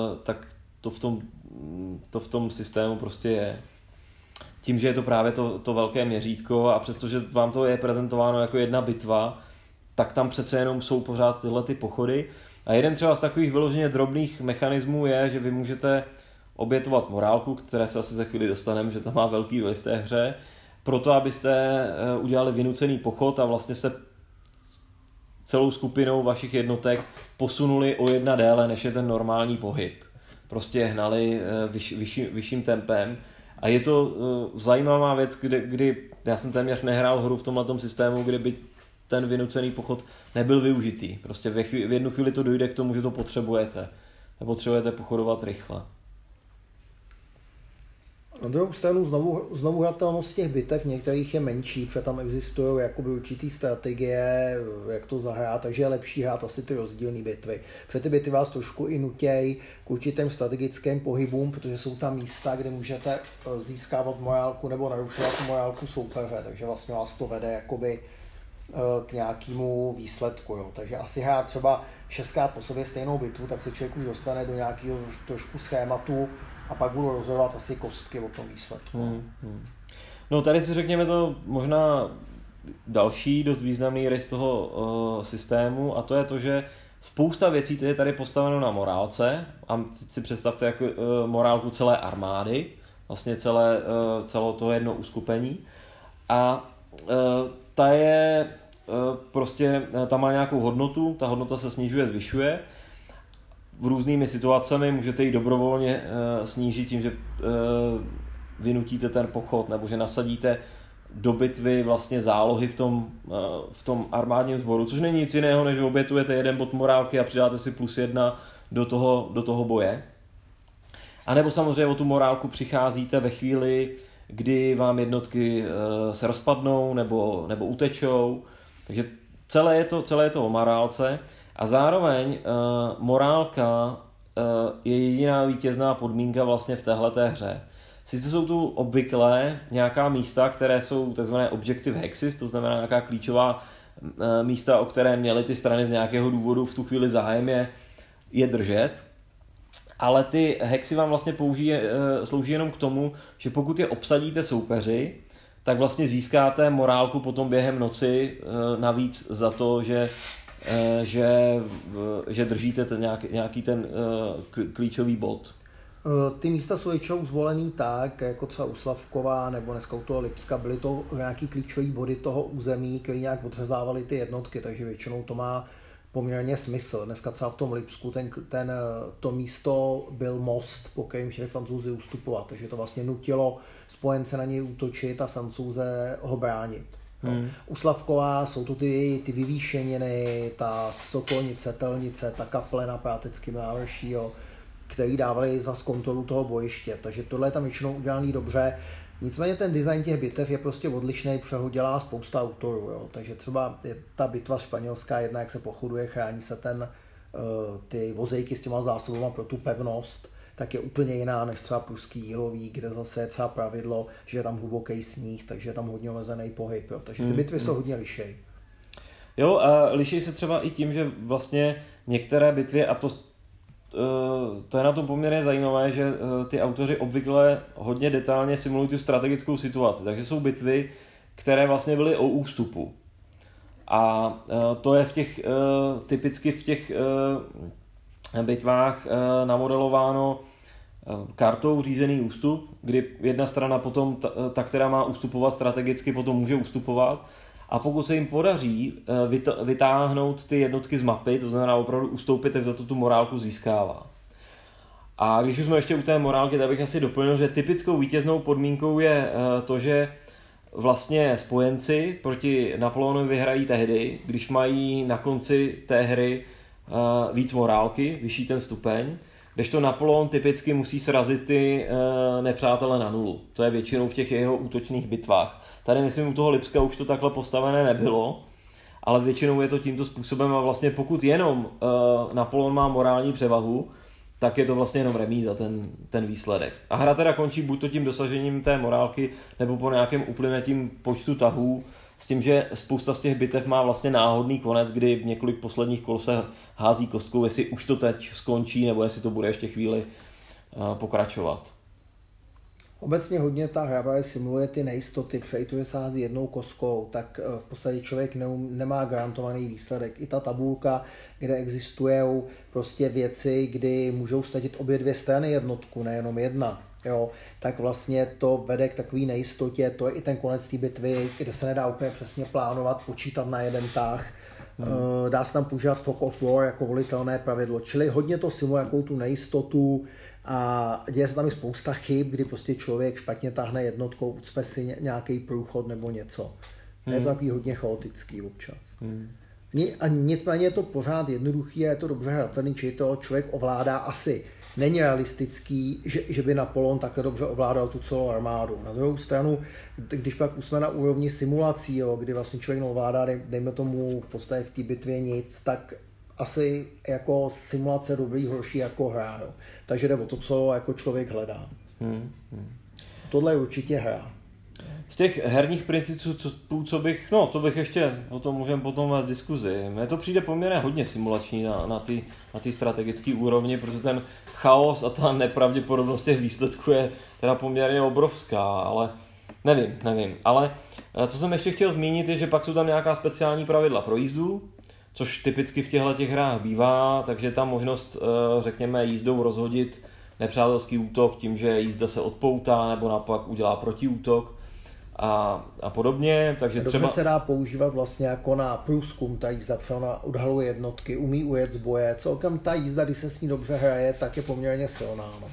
to v tom systému prostě je. Tím, že je to právě to velké měřítko a přestože vám to je prezentováno jako jedna bitva, tak tam přece jenom jsou pořád tyhle ty pochody. A jeden třeba z takových vyloženě drobných mechanismů je, že vy můžete obětovat morálku, které se asi za chvíli dostaneme, že to má velký vliv v té hře, proto abyste udělali vynucený pochod a vlastně se celou skupinou vašich jednotek posunuli o jedna déle, než je ten normální pohyb. Prostě hnali vyšším tempem. A je to zajímavá věc, kdy já jsem téměř nehrál hru v tomhletom systému, kde by ten vynucený pochod nebyl využitý. Prostě v jednu chvíli to dojde k tomu, že to potřebujete. Potřebujete pochodovat rychle. Na druhou stranu znovu hratelnost těch bitev některých je menší, protože tam existují jakoby určitý strategie, jak to zahrát, takže je lepší hrát asi ty rozdílné bitvy. Protože ty bitvy vás trošku i nutějí k určitým strategickým pohybům, protože jsou tam místa, kde můžete získávat morálku nebo narušovat morálku soupeře, takže vlastně vás to vede jakoby k nějakému výsledku. Jo. Takže asi hrát třeba 6krát po sobě stejnou bitvu, tak se člověk už dostane do nějakého trošku schématu a pak budu rozhodovat asi kostky o tom výsledku. No tady si řekněme to možná další dost významný rys toho systému a to je to, že spousta věcí je tady postaveno na morálce a si představte jako morálku celé armády, vlastně celé to jedno uskupení a ta je prostě, ta má nějakou hodnotu, ta hodnota se snižuje, zvyšuje. V různými situacemi můžete ji dobrovolně snížit tím, že vynutíte ten pochod nebo že nasadíte do bitvy vlastně zálohy v tom armádním sboru, což není nic jiného, než obětujete jeden bod morálky a přidáte si +1 do toho boje. A nebo samozřejmě o tu morálku přicházíte ve chvíli, kdy vám jednotky se rozpadnou nebo utečou. Takže celé je to o morálce a zároveň morálka je jediná vítězná podmínka vlastně v téhleté hře. Sice jsou tu obvykle nějaká místa, které jsou takzvané objective hexes, to znamená nějaká klíčová místa, o které měly ty strany z nějakého důvodu v tu chvíli zájem je držet, ale ty hexy vám vlastně slouží jenom k tomu, že pokud je obsadíte soupeři, tak vlastně získáte morálku potom během noci navíc za to, že držíte nějaký ten klíčový bod. Ty místa jsou většinou zvolený tak, jako třeba u Slavkova nebo dneska u toho Lipska, byly to nějaký klíčový body toho území, které nějak odřezávaly ty jednotky, takže většinou to má poměrně smysl. Dneska třeba v tom Lipsku to místo byl most, po kterém chtěli Francouzi ustupovat, takže to vlastně nutilo spojence na něj útočit a Francouze ho bránit. U Slavkova jsou to ty vyvýšeniny, ta sokolnice, telnice, ta kaple na Práteckém návrší, jo, který dávali za kontrolu toho bojiště, takže tohle je tam většinou udělaný dobře. Nicméně ten design těch bitev je prostě odlišný, protože ho dělá spousta autorů, jo. Takže třeba ta bitva španělská, jedna jak se pochoduje, chrání se ty vozejky s těma zásobama pro tu pevnost, tak je úplně jiná než třeba pruský jílový, kde zase je třeba pravidlo, že je tam hluboký sníh, takže je tam hodně omezený pohyb, jo. Takže ty bitvy jsou hodně lišej. Jo, a liší se třeba i tím, že vlastně některé bitvy, a to je na tom poměrně zajímavé, že ty autoři obvykle hodně detailně simulují tu strategickou situaci. Takže jsou bitvy, které vlastně byly o ústupu. A to je typicky v těch bitvách namodelováno kartou řízený ústup, kdy jedna strana potom, ta, která má ustupovat strategicky, potom může ustupovat. A pokud se jim podaří vytáhnout ty jednotky z mapy, to znamená opravdu ustoupit, tak za to tu morálku získává. A když už jsme ještě u té morálky, tak bych asi doplnil, že typickou vítěznou podmínkou je to, že vlastně spojenci proti Napoleonovi vyhrají tehdy, když mají na konci té hry víc morálky, vyšší ten stupeň, Kdežto Napoleon typicky musí srazit ty nepřátele na nulu. To je většinou v těch jeho útočných bitvách. Tady myslím u toho Lipska už to takhle postavené nebylo, ale většinou je to tímto způsobem a vlastně pokud jenom Napoleon má morální převahu, tak je to vlastně jenom remíza ten výsledek. A hra teda končí buď to tím dosažením té morálky, nebo po nějakém uplynutím počtu tahů, s tím, že spousta z těch bitev má vlastně náhodný konec, kdy několik posledních kol se hází kostkou, jestli už to teď skončí, nebo jestli to bude ještě chvíli pokračovat. Obecně hodně ta hra simuluje ty nejistoty, protože se hází jednou kostkou, tak v podstatě člověk nemá garantovaný výsledek. I ta tabulka, kde existují prostě věci, kdy můžou ztratit obě dvě strany jednotku, nejenom jedna. Jo, tak vlastně to vede k takové nejistotě, to je i ten konec té bitvy, kde se nedá úplně přesně plánovat, počítat na jeden tah. Dá se tam používat fog of war jako volitelné pravidlo, čili hodně to simuluje jakou tu nejistotu a děje se tam i spousta chyb, kdy prostě člověk špatně táhne jednotkou, ucpe si nějaký průchod nebo něco. Je to takový hodně chaotický občas. A nicméně je to pořád jednoduchý a je to dobře hratelný, či to člověk ovládá asi. Není realistický, že by Napoleon takhle dobře ovládal tu celou armádu. Na druhou stranu, když pak už jsme na úrovni simulací, jo, kdy vlastně člověk ovládá, dejme tomu v podstatě v té bitvě nic, tak asi jako simulace dobrý, horší jako hra. Jo. Takže jde o to, co jako člověk hledá. Tohle je určitě hra. Z těch herních principů, co bych, no to bych ještě, o tom můžeme potom vést diskuzi. Mně to přijde poměrně hodně simulační na ty strategické úrovni, protože ten chaos a ta nepravděpodobnost těch výsledků je teda poměrně obrovská, ale nevím. Ale co jsem ještě chtěl zmínit je, že pak jsou tam nějaká speciální pravidla pro jízdu, což typicky v těchto hrách bývá, takže ta možnost, řekněme, jízdou rozhodit nepřátelský útok tím, že jízda se odpoutá nebo naopak udělá protiútok a podobně, takže dobře třeba se dá používat vlastně jako na průzkum ta jízda, protože ona odhaluje jednotky, umí ujet z boje, celkem ta jízda, když se s ní dobře hraje, tak je poměrně silná. No.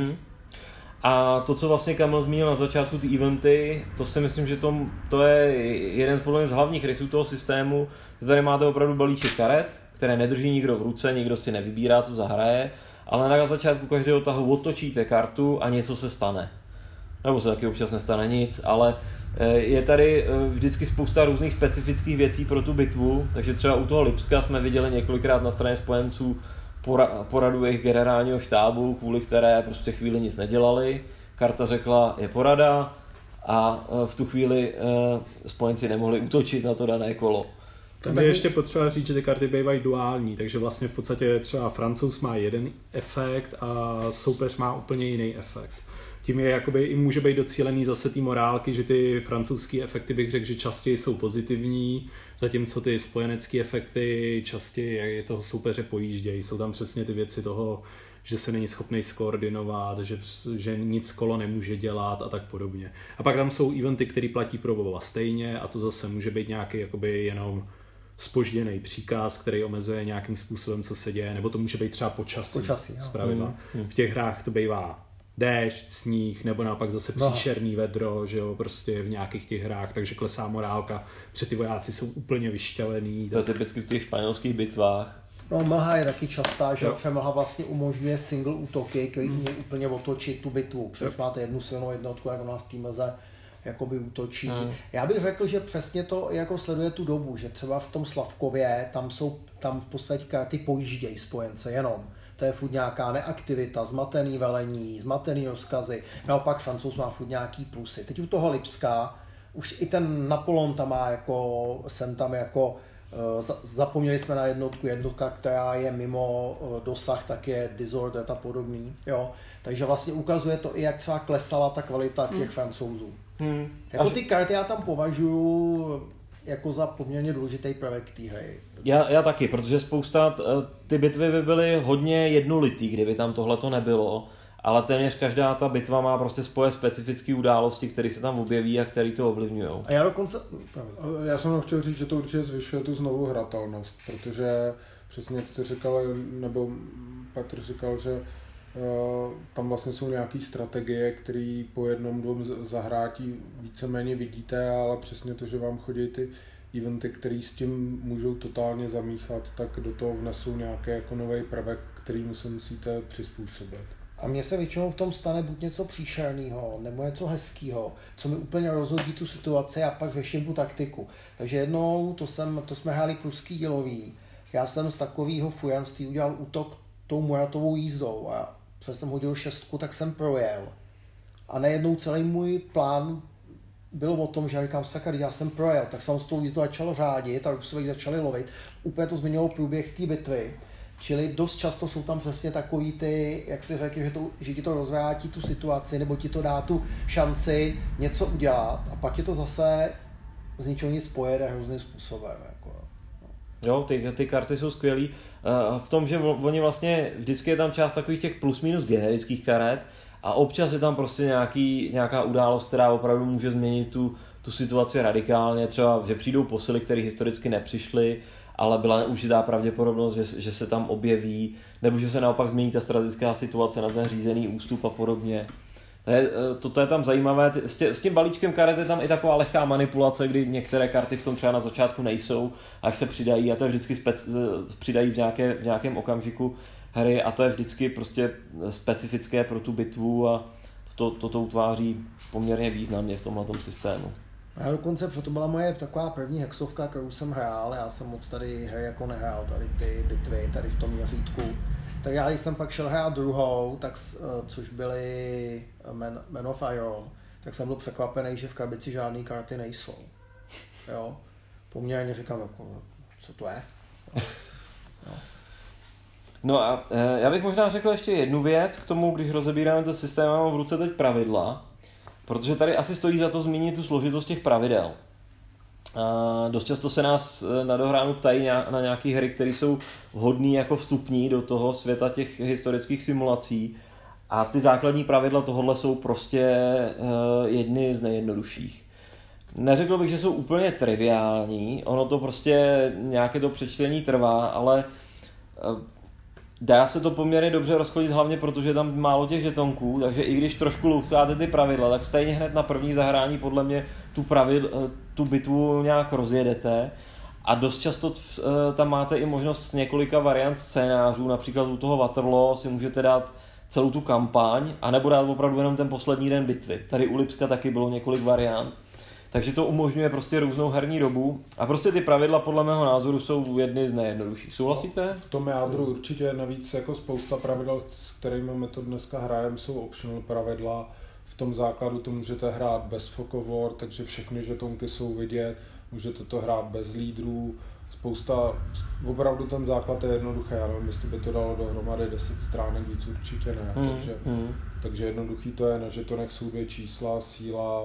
A to, co vlastně Kamil zmínil na začátku, ty eventy, to si myslím, že to je jeden z hlavních rysů toho systému, že tady máte opravdu balíček karet, které nedrží nikdo v ruce, nikdo si nevybírá, co zahraje, ale na začátku každého tahu otočíte kartu a něco se stane. Nebo se taky občas nestane nic, ale je tady vždycky spousta různých specifických věcí pro tu bitvu, takže třeba u toho Lipska jsme viděli několikrát na straně spojenců poradu jejich generálního štábu, kvůli které prostě chvíli nic nedělali. Karta řekla, je porada a v tu chvíli spojenci nemohli útočit na to dané kolo. Tam je ještě potřeba říct, že ty karty bývají duální, takže vlastně v podstatě třeba Francouz má jeden efekt a soupeř má úplně jiný efekt. Tím je jakoby i může být docílený zase ty morálky, že ty francouzský efekty bych řekl, že častěji jsou pozitivní, zatímco ty spojenecké efekty častěji je toho soupeře pojíždějí. Jsou tam přesně ty věci toho, že se není schopný skoordinovat, že nic kolo nemůže dělat a tak podobně. A pak tam jsou eventy, které platí pro oba stejně a to zase může být nějaký jakoby jenom zpožděný příkaz, který omezuje nějakým způsobem, co se děje, nebo to může být třeba počasí zpravidla. V těch hrách to bývá déšť, sníh, nebo naopak zase příšerný vedro, že jo, prostě v nějakých těch hrách, takže klesá morálka, protože ty vojáci jsou úplně vyšťavený. To je typicky v těch španělských bitvách. No, mlha je taky častá, že mlha vlastně umožňuje single útoky, který umí úplně otočit tu bitvu, protože máte jednu silnou jednotku, jak ona v té mlze jakoby útočí. Já bych řekl, že přesně to jako sleduje tu dobu, že třeba v tom Slavkově tam v podstatě karty pojíždějí spojence jenom. To je furt nějaká neaktivita, zmatený velení, zmatený rozkazy. Naopak Francouz má furt nějaký plusy. Teď u toho Lipska už i ten Napoleon tam má zapomněli jsme na jednotka, která je mimo dosah, tak je disorder a podobný. Jo. Takže vlastně ukazuje to i, jak třeba klesala ta kvalita těch Francouzů. Jako ty karty já tam považuji jako za poměrně důležitý prvek té hry. Já taky, protože spousta ty bitvy by byly hodně jednolitý, kdyby tam tohleto nebylo, ale téměř každá ta bitva má prostě spoje specifické události, které se tam objeví a které to ovlivňují. A já dokonce... Já jsem chtěl říct, že to určitě zvyšuje tu znovu hratelnost, protože přesně jak jste říkal, nebo Petr říkal, že tam vlastně jsou nějaké strategie, které po jednom, dvou zahrátí víceméně vidíte, ale přesně to, že vám chodí ty eventy, který s tím můžou totálně zamíchat, tak do toho vnesou nějaký jako nový prvek, kterýmu se musíte přizpůsobit. A mně se většinou v tom stane buď něco příšerného, nebo něco hezkého, co mi úplně rozhodí tu situaci a pak řeším tu taktiku. Takže jednou, to jsme hráli pruský dělový, já jsem z takového fujanství udělal útok tou Muratovou jízdou a protože jsem hodil 6, tak jsem projel. A najednou celý můj plán byl o tom, že říkám, sakra, já jsem projel, tak jsem s tou jízdou začal řádit a Rusové začali lovit. Úplně to změnilo průběh té bitvy. Čili dost často jsou tam přesně takový ty, jak si řekl, že ti to rozvrátí tu situaci, nebo ti to dá tu šanci něco udělat a pak ti to zase z ničeho nic pojede hrozným způsobem. Jako. Jo, ty karty jsou skvělý v tom, že oni vlastně, vždycky je tam část takových těch plus minus generických karet a občas je tam prostě nějaká událost, která opravdu může změnit tu situaci radikálně, třeba, že přijdou posily, které historicky nepřišly, ale byla určitá pravděpodobnost, že se tam objeví, nebo že se naopak změní ta strategická situace na ten řízený ústup a podobně. To je tam zajímavé. S tím balíčkem karet je tam i taková lehká manipulace, kdy některé karty v tom třeba na začátku nejsou, až se přidají a to je vždycky přidají v nějakém okamžiku hry a to je vždycky prostě specifické pro tu bitvu a to utváří poměrně významně v tomhletom systému. Já dokonce, protože to byla moje taková první hexovka, kterou jsem hrál, já jsem moc tady hry jako nehrál, tady ty bitvy, tady v tom měřítku. Tak já, když jsem pak šel hrát druhou, tak, což byly Men of Iron, tak jsem byl překvapený, že v krabici žádné karty nejsou. Jo? Poměrně říkám, jako, co to je? Jo. No a já bych možná řekl ještě jednu věc k tomu, když rozebíráme ten systém, mám v ruce teď pravidla, protože tady asi stojí za to zmínit tu složitost těch pravidel. Dost často se nás na dohránu ptají na nějaké hry, které jsou vhodné jako vstupní do toho světa těch historických simulací a ty základní pravidla tohohle jsou prostě jedny z nejjednodušších. Neřekl bych, že jsou úplně triviální, ono to prostě nějaké to přečtení trvá, ale dá se to poměrně dobře rozchodit, hlavně protože je tam málo těch žetonků, takže i když trošku loucháte ty pravidla, tak stejně hned na první zahrání podle mě tu bitvu nějak rozjedete a dost často tam máte i možnost několika variant scénářů, například u toho Waterloo si můžete dát celou tu kampaň a nebo dát opravdu jenom ten poslední den bitvy. Tady u Lipska taky bylo několik variant. Takže to umožňuje prostě různou herní dobu a prostě ty pravidla podle mého názoru jsou jedny z nejjednodušších. Souhlasíte? No, v tom jádru určitě navíc jako spousta pravidel, s kterými my to dneska hrajeme, jsou optional pravidla. V tom základu to můžete hrát bez fog of war, takže všechny žetonky jsou vidět, můžete to hrát bez lídrů. Opravdu ten základ je jednoduchý, já nevím, jestli by to dalo dohromady 10 stránek, víc určitě ne, takže jednoduchý to je, na žetonech jsou 2 čísla, síla,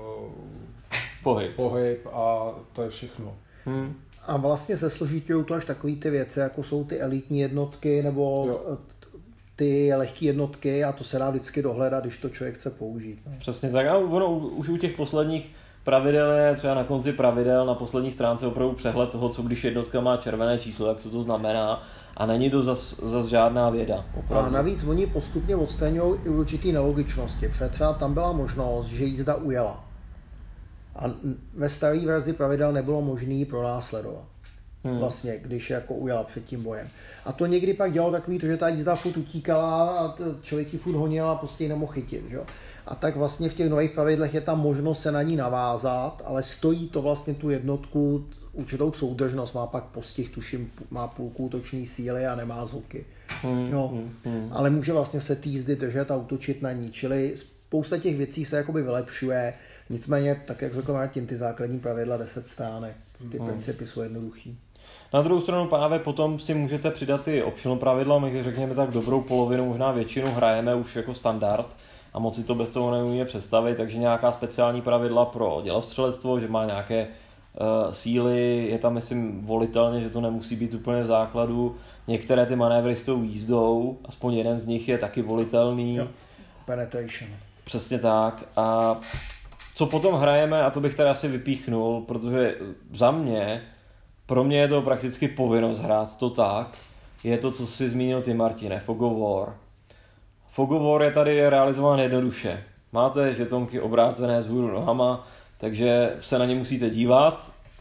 pohyb a to je všechno. A vlastně se složitějou to až takový ty věci, jako jsou ty elitní jednotky nebo ty lehké jednotky a to se dá vždycky dohledat, když to člověk chce použít. Ne? Přesně tak a ono už u těch posledních pravidel je třeba na konci pravidel, na poslední stránce opravdu přehled toho, co když jednotka má červené číslo, jak co to znamená a není to zas žádná věda. Opravdu. A navíc oni postupně odstraňují i určitý nelogičnosti, protože třeba tam byla možnost, že jízda ujela. A ve staré verzi pravidel nebylo možné ji pronásledovat. Vlastně, když jako ujela před tím bojem. A to někdy pak dělalo takový, že ta jízda furt utíkala a člověk ji furt honil a prostě ji nemohl chytit. Že? A tak vlastně v těch nových pravidlech je tam možnost se na ní navázat, ale stojí to vlastně tu jednotku určitou soudržnost, má pak postih, tuším, má půlku útoční síly a nemá zvuky. Ale může vlastně se té jízdy držet a útočit na ní, čili spousta těch věcí se jakoby vylepšuje. Nicméně, tak jak řekl Martin, ty základní pravidla 10 stránek, ty principy jsou jednoduchý. Na druhou stranu právě potom si můžete přidat ty optional pravidla, my řekněme tak dobrou polovinu, možná většinu hrajeme už jako standard a moc si to bez toho neumíme představit, takže nějaká speciální pravidla pro dělostřelectvo, že má nějaké síly, je tam myslím volitelně, že to nemusí být úplně v základu, některé ty manévry s tou jízdou, aspoň jeden z nich je taky volitelný. Jo. Penetration. Přesně tak a co potom hrajeme, a to bych tady asi vypíchnul, protože pro mě je to prakticky povinnost hrát to tak, je to, co jsi zmínil ty, Martine, Fog of War. Fog of War je tady realizován jednoduše. Máte žetonky obrácené vzhůru nohama, takže se na ně musíte dívat,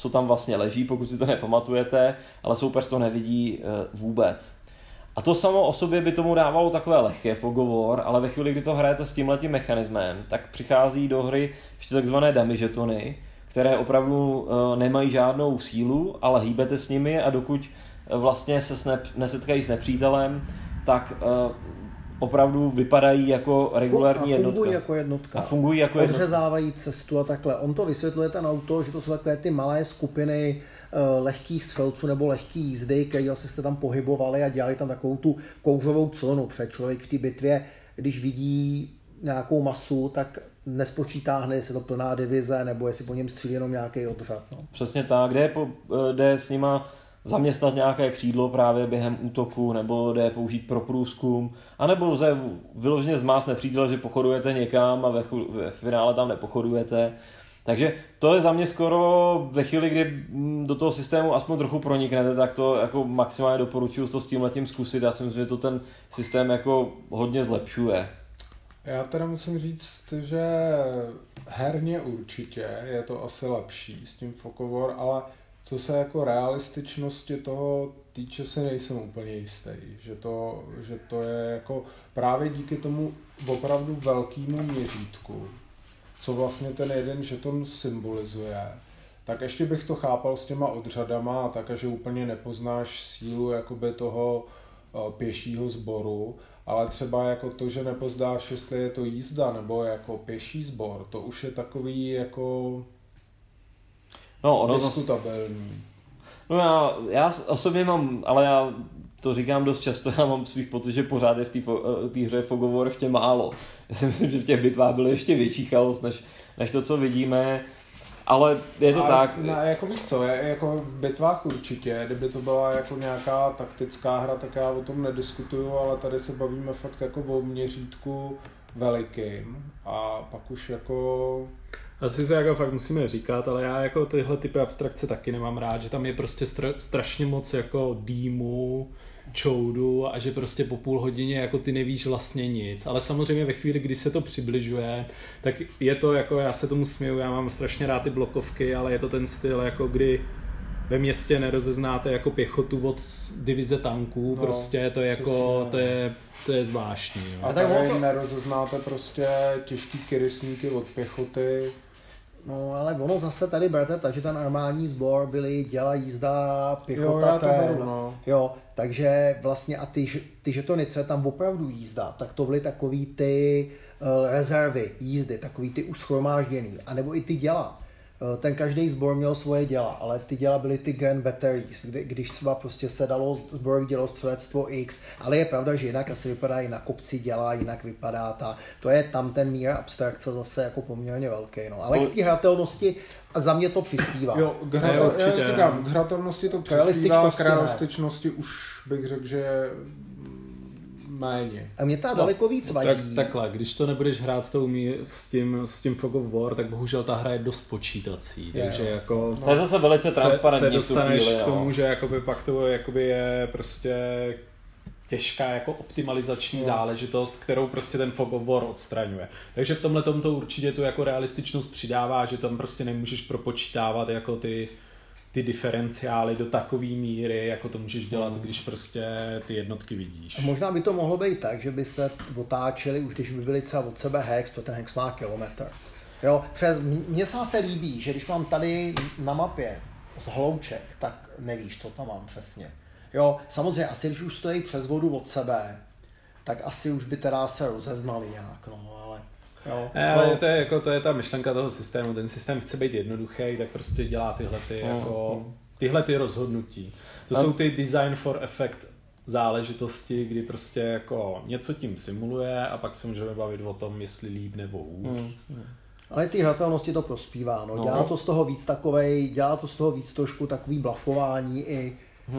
co tam vlastně leží, pokud si to nepamatujete, ale soupeř to nevidí vůbec. A to samo o sobě by tomu dávalo takové lehké fog of war, ale ve chvíli, kdy to hrajete s tímhletím mechanismem, tak přichází do hry ještě takzvané dummy žetony, které opravdu nemají žádnou sílu, ale hýbete s nimi a dokud vlastně se nesetkají s nepřítelem, tak opravdu vypadají jako regulární jednotka. A fungují jako jednotka. Odřezávají cestu a takhle. On to vysvětluje ten autor, že to jsou takové ty malé skupiny lehkých střelců nebo lehký jízdy, který vlastně jste tam pohybovali a dělali tam takovou tu kouřovou clonu. Před člověk v té bitvě, když vidí nějakou masu, tak nespočítá hned, jestli to plná divize, nebo jestli po něm střílí jenom nějaký odřad. No. Přesně tak, jde s nima zaměstnat nějaké křídlo právě během útoku, nebo jde použít pro průzkum, anebo lze vyloženě zmást nepřítele, že pochodujete někam a ve finále tam nepochodujete. Takže to je za mě skoro ve chvíli, kdy do toho systému aspoň trochu proniknete, tak to jako maximálně doporučuji to s tímhletím zkusit. Já si myslím, že to ten systém jako hodně zlepšuje. Já teda musím říct, že herně určitě je to asi lepší s tím Fog of War, ale co se jako realističnosti toho týče, se nejsem úplně jistý, že to je jako právě díky tomu opravdu velkému měřítku, co vlastně ten jeden žeton symbolizuje, tak ještě bych to chápal s těma odřadama, takže úplně nepoznáš sílu jakoby toho pěšího sboru, ale třeba jako to, že nepoznáš, jestli je to jízda nebo jako pěší sbor, to už je takový jako diskutabilní. No já osobně mám, ale já to říkám dost často, já mám svých pocit, že pořád je v té hře Fog of War ještě málo. Já si myslím, že v těch bitvách byl ještě větší chaos, než to, co vidíme, ale je to tak. Jako víš co, jako v bitvách určitě, kdyby to byla jako nějaká taktická hra, tak já o tom nediskutuju, ale tady se bavíme fakt jako o měřítku velikým a pak už jako... Asi se jako fakt musíme říkat, ale já jako tyhle typy abstrakce taky nemám rád, že tam je prostě strašně moc jako dýmu, čoudu a že prostě po půl hodině jako ty nevíš vlastně nic, ale samozřejmě ve chvíli, kdy se to přibližuje, tak je to jako, já se tomu směju, já mám strašně rád ty blokovky, ale je to ten styl jako kdy ve městě nerozeznáte jako pěchotu od divize tanků, prostě to je jako, to je zvláštní. Jo. A tady nerozeznáte prostě těžký kyrysníky od pěchoty. No, ale ono zase tady berte, takže ten armádní sbor byly děla, jízda, pěchota, jo, takže vlastně a ty žetony, co je tam opravdu jízda, tak to byly takový ty rezervy jízdy, takový ty už shromážděný, anebo i ty děla. Ten každý sbor měl svoje děla, ale ty děla byly ty Grand Batteries, když třeba prostě se dalo zbrojový dělo střelectvo X, ale je pravda, že jinak asi vypadají na kopci děla, jinak vypadá to je tam ten mír abstrakce zase jako poměrně velký, no. Ale k té hratelnosti a za mě to přispívá. Jo, k hratelnosti to přispívá, k realističnosti už bych řekl, že méně. A mě to daleko víc vadí. Takhle, když to nebudeš hrát s tím Fog of War, tak bohužel ta hra je dost počítací, takže jako... To je zase velice transparentní. Se dostaneš k tomu, že jakoby pak to jakoby je prostě těžká jako optimalizační záležitost, kterou prostě ten Fog of War odstraňuje. Takže v tomhle tom to určitě tu jako realističnost přidává, že tam prostě nemůžeš propočítávat jako ty diferenciály do takové míry, jako to můžeš dělat, když prostě ty jednotky vidíš. A možná by to mohlo být tak, že by se otáčeli, už když by byli třeba od sebe hex, protože ten hex má kilometr. Jo, mně se líbí, že když mám tady na mapě hlouček, tak nevíš, co tam mám přesně. Jo, samozřejmě asi když už stojí přes vodu od sebe, tak asi už by teda se rozeznali nějak, no, ale... Jo. Ale to je ta myšlenka toho systému. Ten systém chce být jednoduchý, tak prostě dělá tyhle ty rozhodnutí. To jsou ty design for effect záležitosti, kdy prostě jako něco tím simuluje a pak se můžeme bavit o tom, jestli líp nebo hůř. Ale ty hratelnosti to prospívá. No. Dělá to z toho víc trošku takový blafování i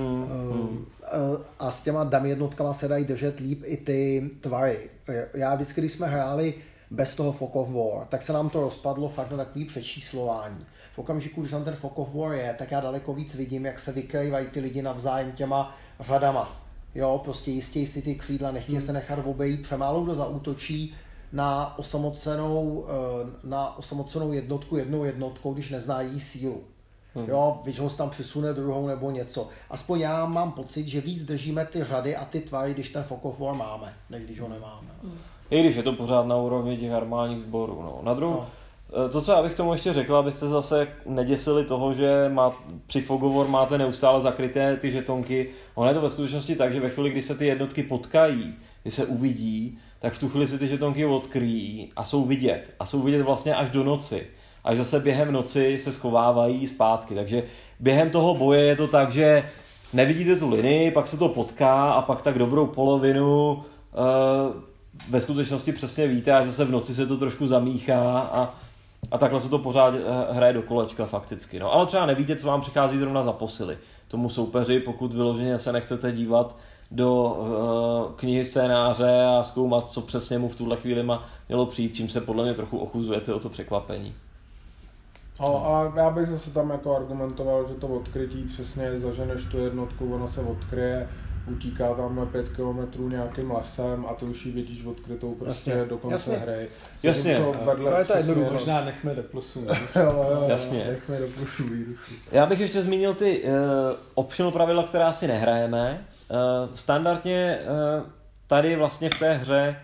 a s těma dummy jednotkama se dají držet líp i ty tvary. Já vždycky, když jsme hráli bez toho Fog of War, tak se nám to rozpadlo fakt na takový přečíslování. V okamžiku, když tam ten Fog of War je, tak já daleko víc vidím, jak se vykrývají ty lidi navzájem těma řadama. Jo, prostě jistěji si ty křídla, nechtějí se nechat obejít, přemálo kdo zaútočí na osamocenou jednotku jednou jednotkou, když nezná její sílu. Jo, většinou se tam přisune druhou nebo něco. Aspoň já mám pocit, že víc držíme ty řady a ty tvary, když ten Fokofor máme, než když ho nemáme. I když je to pořád na úrovni těch armádních sborů. No. Na druhou, to, co já bych tomu ještě řekl, abyste zase neděsili toho, že při Fogovor máte neustále zakryté ty žetonky. Ono je to ve skutečnosti tak, že ve chvíli, kdy se ty jednotky potkají, kdy se uvidí, tak v tu chvíli si ty žetonky odkryjí a jsou vidět. A jsou vidět vlastně až do noci. Až zase během noci se schovávají zpátky. Takže během toho boje je to tak, že nevidíte tu linii, pak se to potká a pak tak dobrou polovinu ve skutečnosti přesně víte, až zase v noci se to trošku zamíchá a takhle se to pořád hraje do kolečka fakticky. No, ale třeba nevíte, co vám přichází zrovna za posily. Tomu soupeři, pokud vyloženě se nechcete dívat do knihy scénáře a zkoumat, co přesně mu v tuhle chvíli mělo přijít, čím se podle mě trochu ochuzujete o to překvapení. A já bych zase tam jako argumentoval, že to odkrytí přesně zaženeš tu jednotku, ona se odkryje, utíká tam na 5 kilometrů nějakým lesem a ty už ji vidíš odkrytou prostě do konce hry. Jasně. To je jednoduché. Možná nechme do plusu. Jasně. Nechme do plusu vírusu. Já bych ještě zmínil ty optional pravidla, která si nehrajeme. Standardně tady vlastně v té hře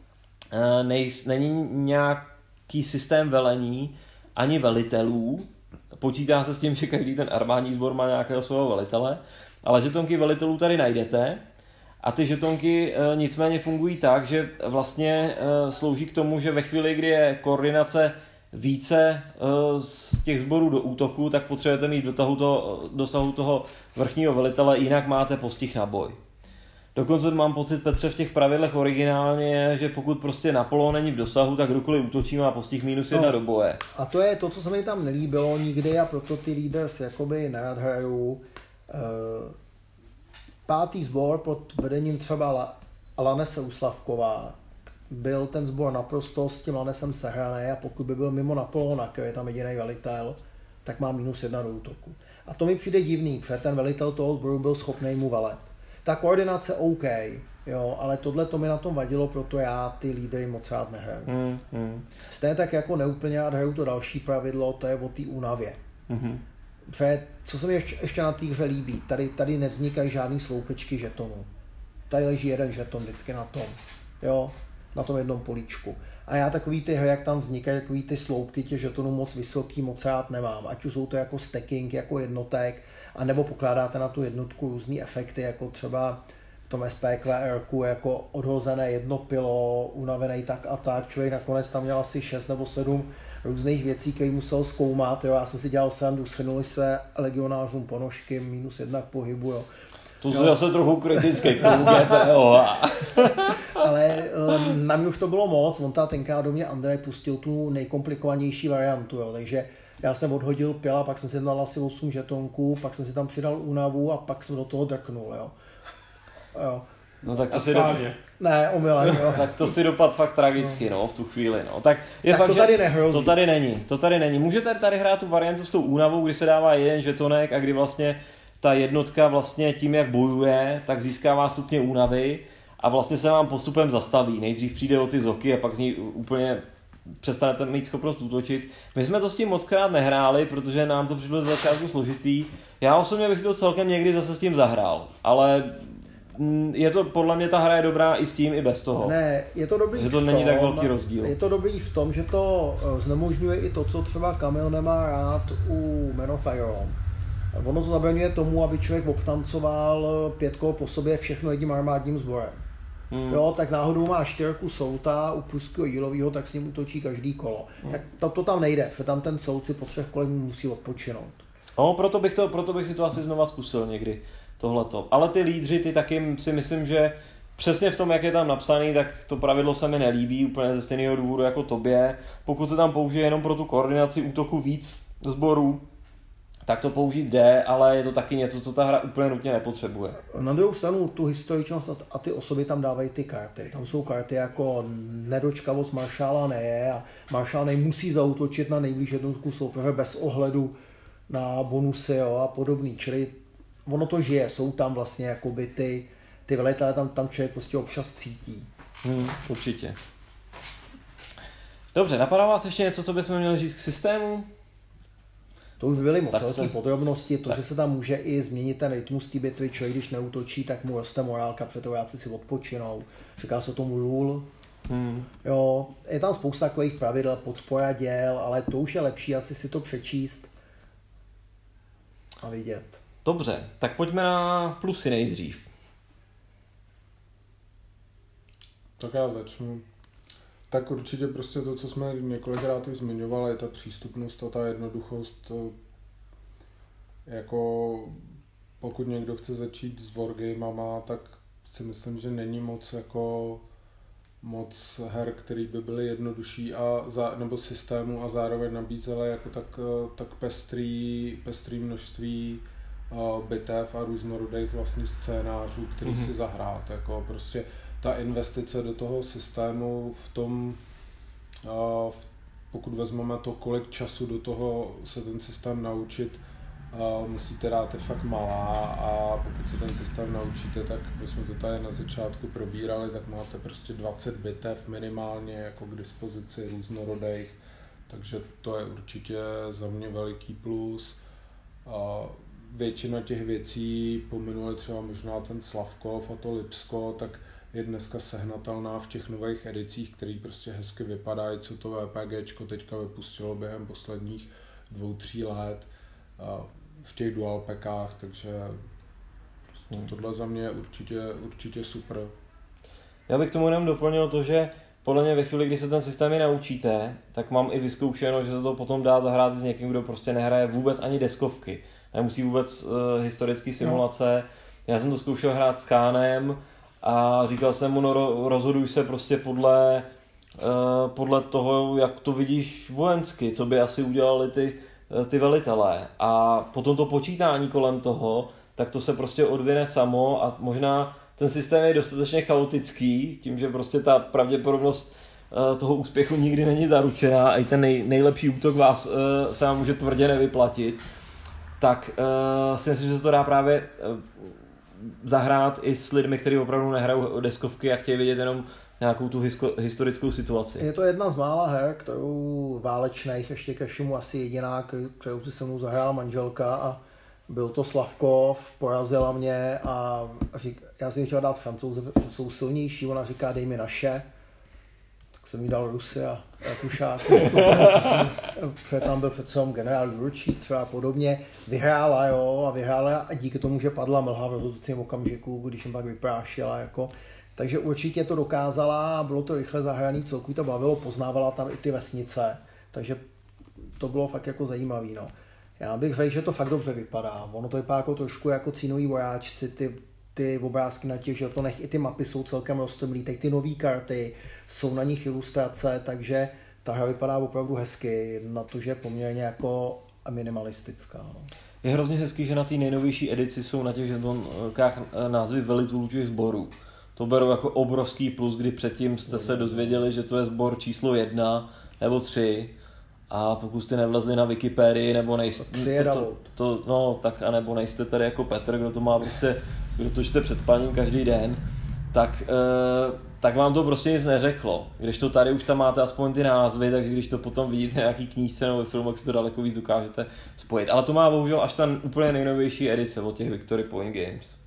není nějaký systém velení ani velitelů. Počítá se s tím, že každý ten armádní sbor má nějakého svého velitele, ale žetonky velitelů tady najdete a ty žetonky nicméně fungují tak, že vlastně slouží k tomu, že ve chvíli, kdy je koordinace více z těch sborů do útoku, tak potřebujete mít dosahu toho vrchního velitele, jinak máte postih na boj. Dokonce mám pocit, Petře, v těch pravidlech originálně je, že pokud prostě Napoleon není v dosahu, tak kdokoliv útočí má postih -1 do boje. A to je to, co se mi tam nelíbilo nikdy a proto ty Leaders jakoby nerad hraju. 5. sbor pod vedením třeba Lanese Uslavková byl ten sbor naprosto s tím Lanesem sehraný a pokud by byl mimo Napoleona, který je tam jediný velitel, tak má -1 do útoku. A to mi přijde divný, protože ten velitel toho sboru byl schopný mu velet. Ta koordinace OK, jo, ale tohle to mi na tom vadilo, proto já ty lídry moc rád nehraju. Stejně tak jako neúplně rád hraju to další pravidlo, to je o té únavě. Protože, co se mi ještě na té hře líbí, tady nevznikají žádný sloupečky žetonů. Tady leží jeden žeton vždycky na tom, jo, na tom jednom políčku. A já takový ty hry, jak tam vznikají takový ty sloupky těch žetonů moc vysoký, moc rád nemám. Ať už jsou to jako stacking, jako jednotek, anebo pokládáte na tu jednotku různý efekty, jako třeba v tom SPQR-ku jako odhozené jedno pilo, unavený tak a tak. Člověk nakonec tam měl asi 6 nebo 7 různých věcí, které musel zkoumat. Jo. Já jsem si dělal srandu, shrnuli se legionářům ponožky, -1 k pohybu. Jo. To je zase trochu kritické k tomu GPO. Ale na mě už to bylo moc, on tenkrát do mě Andrej pustil tu nejkomplikovanější variantu, jo. Takže já jsem odhodil pila, pak jsem si dal asi 8 žetonků, pak jsem si tam přidal únavu a pak jsem do toho drknul, jo. No tak to si Ne, omylem, jo. Tak to si dopad fakt tragicky, no, v tu chvíli, no. Tak je tak fakt, to tady nehrozí. To tady není. Můžete tady hrát tu variantu s tou únavou, kdy se dává jeden žetonek a kdy vlastně ta jednotka vlastně tím, jak bojuje, tak získává stupně únavy a vlastně se vám postupem zastaví. Nejdřív přijde o ty zoky a pak z ní úplně přestanete mít schopnost útočit. My jsme to s tím mockrát nehráli, protože nám to přišlo z začátku složitý. Já osobně bych si to celkem někdy zase s tím zahrál, ale je to, podle mě ta hra je dobrá i s tím, i bez toho. Ne, je to dobrý že to není tak velký rozdíl. Je to dobrý v tom, že to znemožňuje i to, co třeba Kamil nemá rád u Men of Iron. Ono to zabraňuje tomu, aby člověk obtancoval 5 kol po sobě všechno jedním armádním sborem. Jo, tak náhodou má 4 souta u pruského jílového, tak s ním útočí každý kolo. Tak to tam nejde, protože tam ten soud si po 3 kolech musí odpočinout. No, proto bych si to asi znova zkusil někdy, tohleto. Ale ty lídři, ty taky si myslím, že přesně v tom, jak je tam napsaný, tak to pravidlo se mi nelíbí úplně ze stejného důvodu jako tobě. Pokud se tam použije jenom pro tu koordinaci útoku víc sborů, tak to použít jde, ale je to taky něco, co ta hra úplně nutně nepotřebuje. Na druhou stranu tu historičnost a ty osoby tam dávají ty karty. Tam jsou karty jako nedočkavost maršála Neje a maršál Nej musí zaútočit na nejblíž jednotku soupeře bez ohledu na bonusy, jo, a podobný. Čili ono to žije, jsou tam vlastně jakoby ty velitelé, tam člověk prostě občas cítí. Určitě. Dobře, napadá vás ještě něco, co bychom měli říct k systému? To už by byly moc Tak velké podrobnosti, to, že se tam může i změnit ten rytmus té bitvy, člověk když neútočí, tak mu roste morálka, protože vojáci si odpočinou. Říká se tomu lůl. Jo, je tam spousta takových pravidel, podpora děl, ale to už je lepší asi si to přečíst a vidět. Dobře, tak pojďme na plusy nejdřív. Tak já začnu. Tak určitě prostě to, co jsme několikrát už zmiňovali, je ta přístupnost a ta jednoduchost. Jako pokud někdo chce začít s wargamama, tak si myslím, že není moc her, který by byly jednodušší nebo systému a zároveň nabízely jako tak pestrý množství bitev a různorodých vlastně scénářů, který si zahrát. Jako prostě ta investice do toho systému v tom, pokud vezmeme to, kolik času do toho se ten systém naučit, musíte dát, je fakt malá a pokud se ten systém naučíte, tak my jsme to tady na začátku probírali, tak máte prostě 20 bitev minimálně jako k dispozici různorodých, takže to je určitě za mě veliký plus. Většina těch věcí, pominuli třeba možná ten Slavkov a to Lipsko, tak je dneska sehnatelná v těch nových edicích, který prostě hezky vypadají, co to VPGčko teďka vypustilo během posledních 2-3 let v těch dual packách, takže tohle za mě je určitě super. Já bych tomu jenom doplnil to, že podle mě ve chvíli, kdy se ten systém naučíte, tak mám i vyzkoušeno, že se to potom dá zahrát s někým, kdo prostě nehraje vůbec ani deskovky. Nemusí vůbec historické simulace. Já jsem to zkoušel hrát s Kánem a říkal jsem mu, rozhoduj se prostě podle toho, jak to vidíš vojensky, co by asi udělali ty velitelé. A potom to počítání kolem toho, tak to se prostě odvine samo a možná ten systém je dostatečně chaotický, tím, že prostě ta pravděpodobnost toho úspěchu nikdy není zaručená a i ten nejlepší útok se vám může tvrdě nevyplatit, tak si myslím, že se to dá právě zahrát i s lidmi, kteří opravdu nehrajou deskovky a chtějí vidět jenom nějakou tu historickou situaci. Je to jedna z mála her, kterou válečných, ještě ke všemu asi jediná, kterou si se mnou zahrála manželka a byl to Slavkov, porazila mě a já jsem chtěl dát Francouze, že jsou silnější, ona říká dej mi naše, tak jsem jí dal Rusy a Rakušáky. Tam byl přece generál Jurčík třeba podobně, vyhrála a díky tomu, že padla mlha v rozhodujícím okamžiku, když jsem pak vyprášila jako. Takže určitě to dokázala, bylo to rychle zahraný, celku to bavilo, poznávala tam i ty vesnice, takže to bylo fakt jako zajímavý, no. Já bych řekl, že to fakt dobře vypadá, ono to vypadá jako trošku jako cínoví vojáčci, ty obrázky na těch žetonech, i ty mapy jsou celkem roztomilý, teď ty nové karty, jsou na nich ilustrace, takže ta hra vypadá opravdu hezky, na to, že je poměrně jako minimalistická, no. Je hrozně hezký, že na té nejnovější edici jsou na těch žetonkách názvy velitelů těch sborů. To beru jako obrovský plus, kdy předtím jste se dozvěděli, že to je sbor číslo 1 nebo 3 a pokud jste nevlezli na Wikipedii nebo nejste, tak a nebo nejste tady jako Petr, kdo to má prostě, kdo to čte před spaním každý den, tak vám to prostě nic neřeklo. Když to tady už tam máte aspoň ty názvy, takže když to potom vidíte nějaký knížce nebo film, tak si to daleko víc dokážete spojit. Ale to má bohužel až ta úplně nejnovější edice od těch Victory Point Games.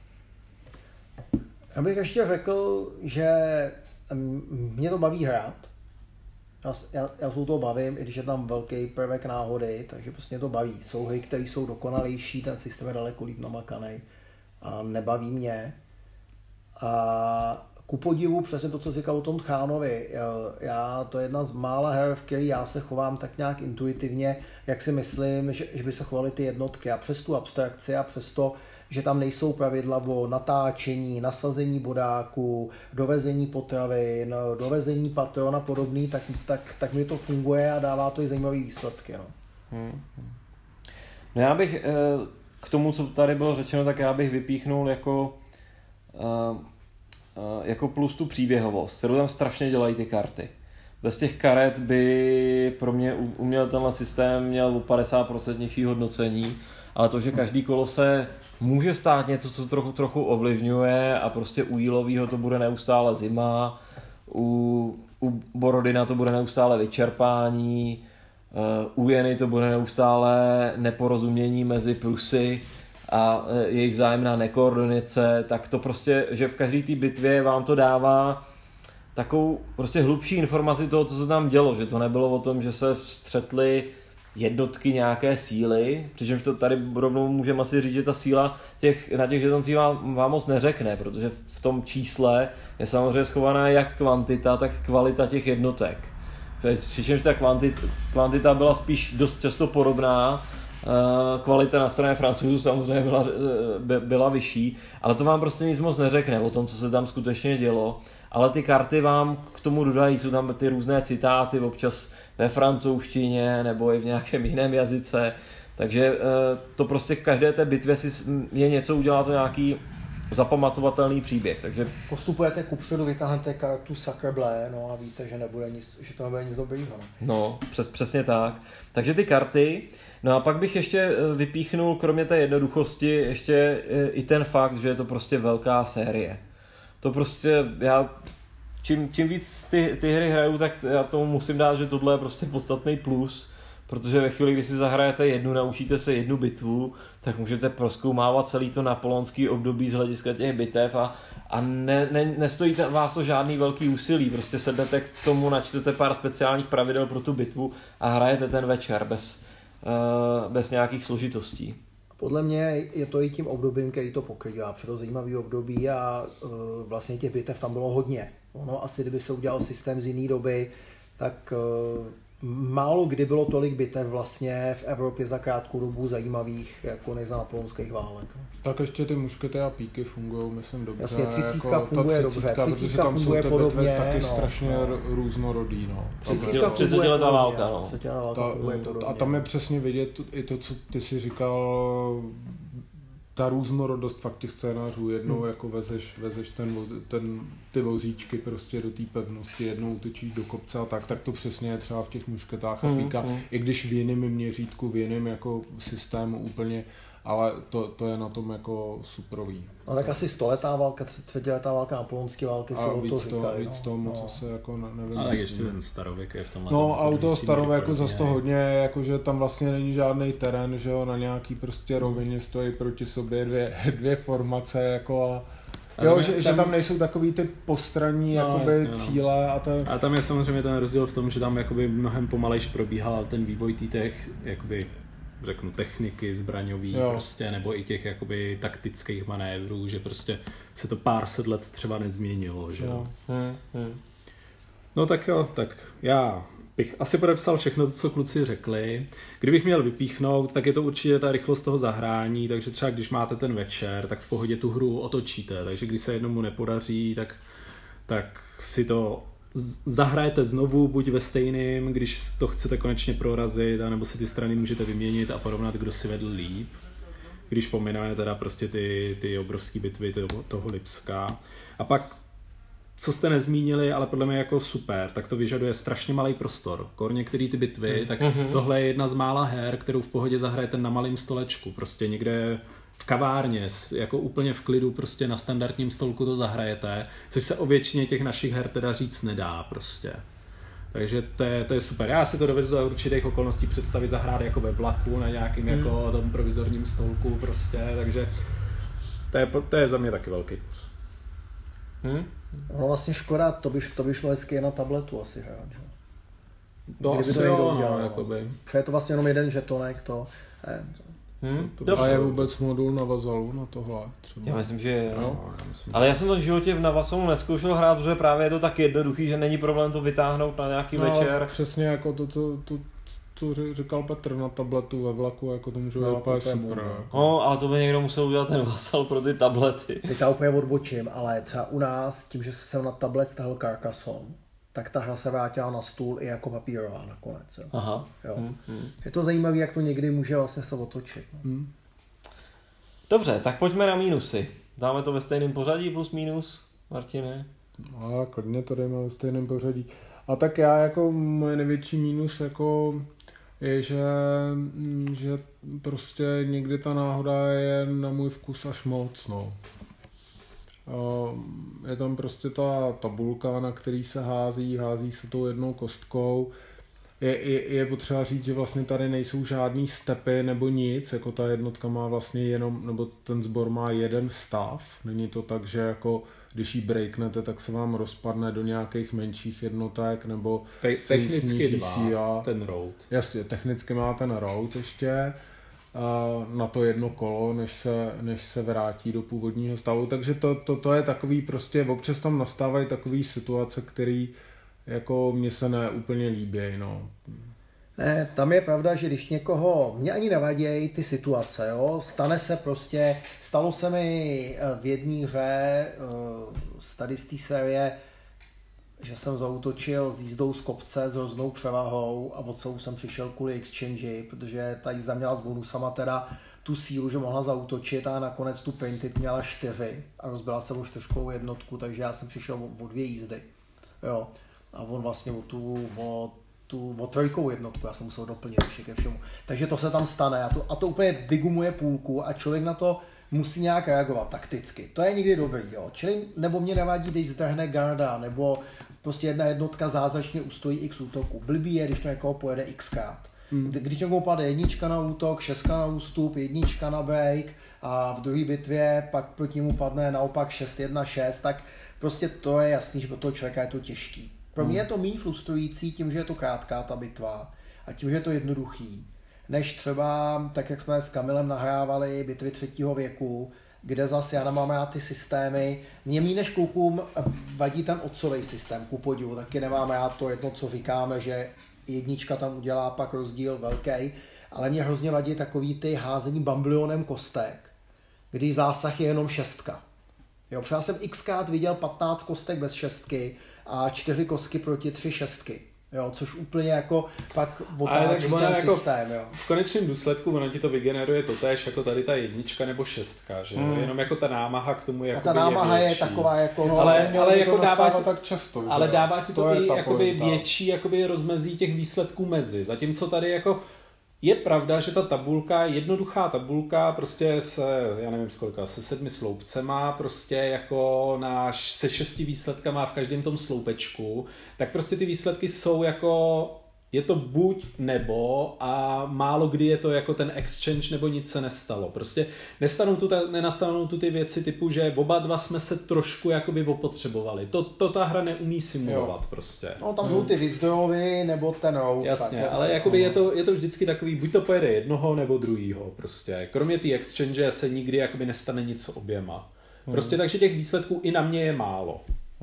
Já bych ještě řekl, že mě to baví hrát. Já se u toho bavím, i když je tam velký prvek náhody, takže prostě mě to baví. Jsou hry, které jsou dokonalejší, ten systém je daleko líp namakaný a nebaví mě. A ku podivu přesně to, co říkal o tom Tchánovi. To je jedna z mála her, v které já se chovám tak nějak intuitivně, jak si myslím, že by se chovaly ty jednotky. A přes tu abstrakci a přes to, že tam nejsou pravidla o natáčení, nasazení bodáků, dovezení potravin, dovezení patron a podobný, tak mi to funguje a dává to i zajímavé výsledky. No. No já bych k tomu, co tady bylo řečeno, tak já bych vypíchnul jako plus tu příběhovost, kterou tam strašně dělají ty karty. Bez těch karet by pro mě uměl tenhle systém měl o 50% nižší hodnocení, ale to, že každý kolo se může stát něco, co trochu ovlivňuje a prostě u Jílovýho to bude neustále zima, u Borodina to bude neustále vyčerpání, U Jeny to bude neustále neporozumění mezi Prusy a jejich vzájemná nekoordinace, tak to prostě, že v každé té bitvě vám to dává takovou prostě hlubší informaci toho, co se tam dělo, že to nebylo o tom, že se střetly jednotky nějaké síly, přičemž to tady rovnou můžeme asi říct, že ta síla na těch žetoncích vám moc neřekne, protože v tom čísle je samozřejmě schovaná jak kvantita, tak kvalita těch jednotek. Přičemž ta kvantita byla spíš dost často podobná, kvalita na straně Francouzů samozřejmě byla vyšší, ale to vám prostě nic moc neřekne o tom, co se tam skutečně dělo. Ale ty karty vám k tomu dodají, jsou tam ty různé citáty, občas ve francouzštině nebo i v nějakém jiném jazyce. Takže to prostě každé té bitvě je něco, udělá to nějaký zapamatovatelný příběh. Takže postupujete kupředu, vytáhnete kartu Sacre Bleu, no a víte, že to nebude nic dobrýho. No, přesně tak. Takže ty karty, no a pak bych ještě vypíchnul, kromě té jednoduchosti, ještě i ten fakt, že je to prostě velká série. To prostě, čím víc ty hry hraju, tak já tomu musím dát, že tohle je prostě podstatný plus, protože ve chvíli, kdy si zahrajete jednu, naučíte se jednu bitvu, tak můžete prozkoumávat celý to napoleonský období z hlediska těch bitev a nestojí vás to žádný velký úsilí, prostě sednete k tomu, načtete pár speciálních pravidel pro tu bitvu a hrajete ten večer bez nějakých složitostí. Podle mě je to i tím obdobím, který to pokrývá, před zajímavý období a vlastně těch bitev tam bylo hodně. Ono asi, kdyby se udělal systém z jiné doby, tak málo kdy bylo tolik bitev vlastně v Evropě za krátkou dobu zajímavých, jako za napoleonských válek. Tak ještě ty muškety a píky fungují, myslím, dobře. Jasně, 30 funguje dobře, 30 tam funguje jsou podobně. Taky strašně různorodý, no. 30 funguje válka, no. A tam je přesně vidět i to, co ty si říkal, ta různorodost fakt těch scénářů. Jednou jako vezeš ty vozíčky prostě do té pevnosti, jednou točíš do kopce a tak to přesně je třeba v těch mušketách a píka. I když v jiném měřítku, v jiném jako systému úplně, ale to je na tom jako superový. No tak asi 100letá válka, 30letá válka, napoleonské války se o to říkají. Víc toho moc se jako nevím. Ale ještě ten starověk je v tomhle. No a u toho starověku zase to hodně, jakože tam vlastně není žádný terén, že jo, na nějaký prostě rovině stojí proti sobě dvě formace jako jo, že tam nejsou takový ty postranní jakoby cíle a to... A tam je samozřejmě ten rozdíl v tom, že tam jakoby mnohem pomalejš probíhal ten vývoj těch jakoby řeknu techniky zbraňový prostě, nebo i těch jakoby taktických manévrů, že prostě se to pár set let třeba nezměnilo, že jo. No tak jo, tak já bych asi podepsal všechno to, co kluci řekli. Kdybych měl vypíchnout, tak je to určitě ta rychlost toho zahrání, takže třeba když máte ten večer, tak v pohodě tu hru otočíte, takže když se jednomu nepodaří, tak si to zahrajete znovu, buď ve stejným, když to chcete konečně prorazit, anebo si ty strany můžete vyměnit a porovnat, kdo si vedl líp. Když pomineme teda prostě ty obrovské bitvy toho Lipska. A pak, co jste nezmínili, ale podle mě jako super, tak to vyžaduje strašně malý prostor. Některé ty bitvy, tak tohle je jedna z mála her, kterou v pohodě zahrajete na malém stolečku. Prostě někde v kavárně, jako úplně v klidu, prostě na standardním stolku to zahrajete, což se o většině těch našich her teda říct nedá prostě. Takže to je super. Já si to dovedu za určitých okolností představit zahrát jako ve vlaku, na nějakým jako tom provizorním stolku prostě, takže to je za mě taky velký plus. No vlastně škoda, to by šlo hezky na tabletu asi hrát, že? To asi jo, no, jakoby. Protože je to vlastně jenom jeden žetonek, A je vůbec modul na Vasalu na tohle třeba? Já myslím, že jo. Ale já jsem to v životě na Vasalu neskoušel hrát, protože právě je to tak jednoduchý, že není problém to vytáhnout na nějaký večer. Přesně jako to říkal Petr na tabletu ve vlaku, jako to může být úplně super. No, ale to by někdo musel udělat ten Vasal pro ty tablety. Teď já úplně odbočím, ale třeba u nás, tím, že jsem na tablet stáhl Carcassonne, tak ta hra se vrátila na stůl i jako papírová nakonec. Jo. Aha. Jo. Je to zajímavé, jak to někdy může vlastně se otočit. Dobře, tak pojďme na mínusy. Dáme to ve stejném pořadí plus minus, Martine? No, klidně to jdeme ve stejném pořadí. A tak já jako moje největší mínus jako je, že prostě někdy ta náhoda je na můj vkus až moc, no. Je tam prostě ta tabulka, na který se hází se tou jednou kostkou. je potřeba říct, že vlastně tady nejsou žádný stepy nebo nic, jako ta jednotka má vlastně jenom, nebo ten sbor má jeden stav, není to tak, že jako když ji breaknete, tak se vám rozpadne do nějakých menších jednotek, nebo technicky dva, síla. Ten road. Jasně, technicky má ten road ještě na to jedno kolo, než se vrátí do původního stavu, takže to je takový prostě, občas tam nastávají takový situace, který jako mně se neúplně líbí, no. Ne, tam je pravda, že když někoho, mě ani nevadějí ty situace, jo, stalo se mi v jedné hře tady z té série, že jsem zaútočil s jízdou z kopce s hroznou převahou a od celou jsem přišel kvůli exchange, protože ta jízda měla s bonusama teda tu sílu, že mohla zaútočit a nakonec tu painted měla 4 a rozbila se o 4 jednotku, takže já jsem přišel o 2 jízdy, jo. A on vlastně o 3 jednotku, já jsem musel doplnit ještě ke všemu. Takže to se tam stane a to úplně vygumuje půlku a člověk na to musí nějak reagovat takticky. To je někdy dobrý, jo. Čili nebo mě nevadí, když zdrhne garda, nebo prostě jedna jednotka zázračně ustojí x útoku. Blbý je, když to někoho pojede xkrát. Když někomu padne 1 na útok, 6 na ústup, 1 na break a v druhé bitvě pak proti němu padne naopak 6-1-6, tak prostě to je jasný, že pro toho člověka je to těžký. Pro mě je to méně frustrující tím, že je to krátká ta bitva a tím, že je to jednoduchý, než třeba, tak jak jsme s Kamilem nahrávali bitvy 3. věku, kde zase já nemám rád ty systémy. Mě méně než klukům vadí ten otcový systém, ku podivu, taky nemám rád to jedno, co říkáme, že 1 tam udělá pak rozdíl velký, ale mě hrozně vadí takový ty házení bambilionem kostek, kdy zásah je jenom 6. Jo, protože já jsem xkrát viděl 15 kostek bez 6 a 4 kostky proti 3 šestky. Jo, což úplně jako pak otáčí ten systém. Jo. V konečném důsledku ono ti to vygeneruje totéž jako tady ta 1 nebo 6, že? Jenom jako ta námaha k tomu a ta námaha je taková jako... No, ale jako dává ti, tak často, ale dává ti to i jakoby větší jakoby rozmezí těch výsledků mezi. Zatímco tady jako je pravda, že ta tabulka, jednoduchá tabulka, prostě já nevím z kolika, se 7 sloupcema, prostě jako se 6 výsledkama v každém tom sloupečku, tak prostě ty výsledky jsou jako, je to buď nebo a málo kdy je to jako ten exchange nebo nic se nestalo. Prostě nenastanou tu ty věci typu, že oba dva jsme se trošku jakoby opotřebovali. To ta hra neumí simulovat prostě. No tam jsou ty vyzdrojovy nebo ten road. Jasně, tak, ale jakoby je to vždycky takový, buď to pojede jednoho nebo druhýho prostě. Kromě té exchange se nikdy jakoby nestane nic s oběma. Prostě takže těch výsledků i na mě je málo.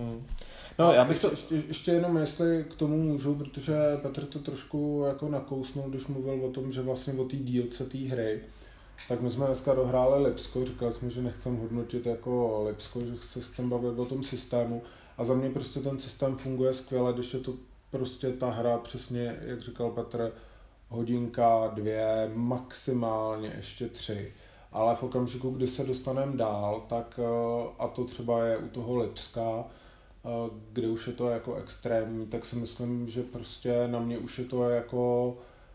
No, já bych ještě jenom, jestli k tomu můžu, protože Petr to trošku jako nakousnul, když mluvil o tom, že vlastně o té dílce té hry, tak my jsme dneska dohráli Lipsko, říkali jsme, že nechcem hodnotit jako Lipsko, že se chcem bavit o tom systému a za mě prostě ten systém funguje skvěle, když je to prostě ta hra přesně, jak říkal Petr, 1, 2 hodiny, maximálně ještě 3. Ale v okamžiku, kdy se dostaneme dál, tak a to třeba je u toho Lipska, kde už je to jako extrémní, tak si myslím, že prostě na mě už je to jako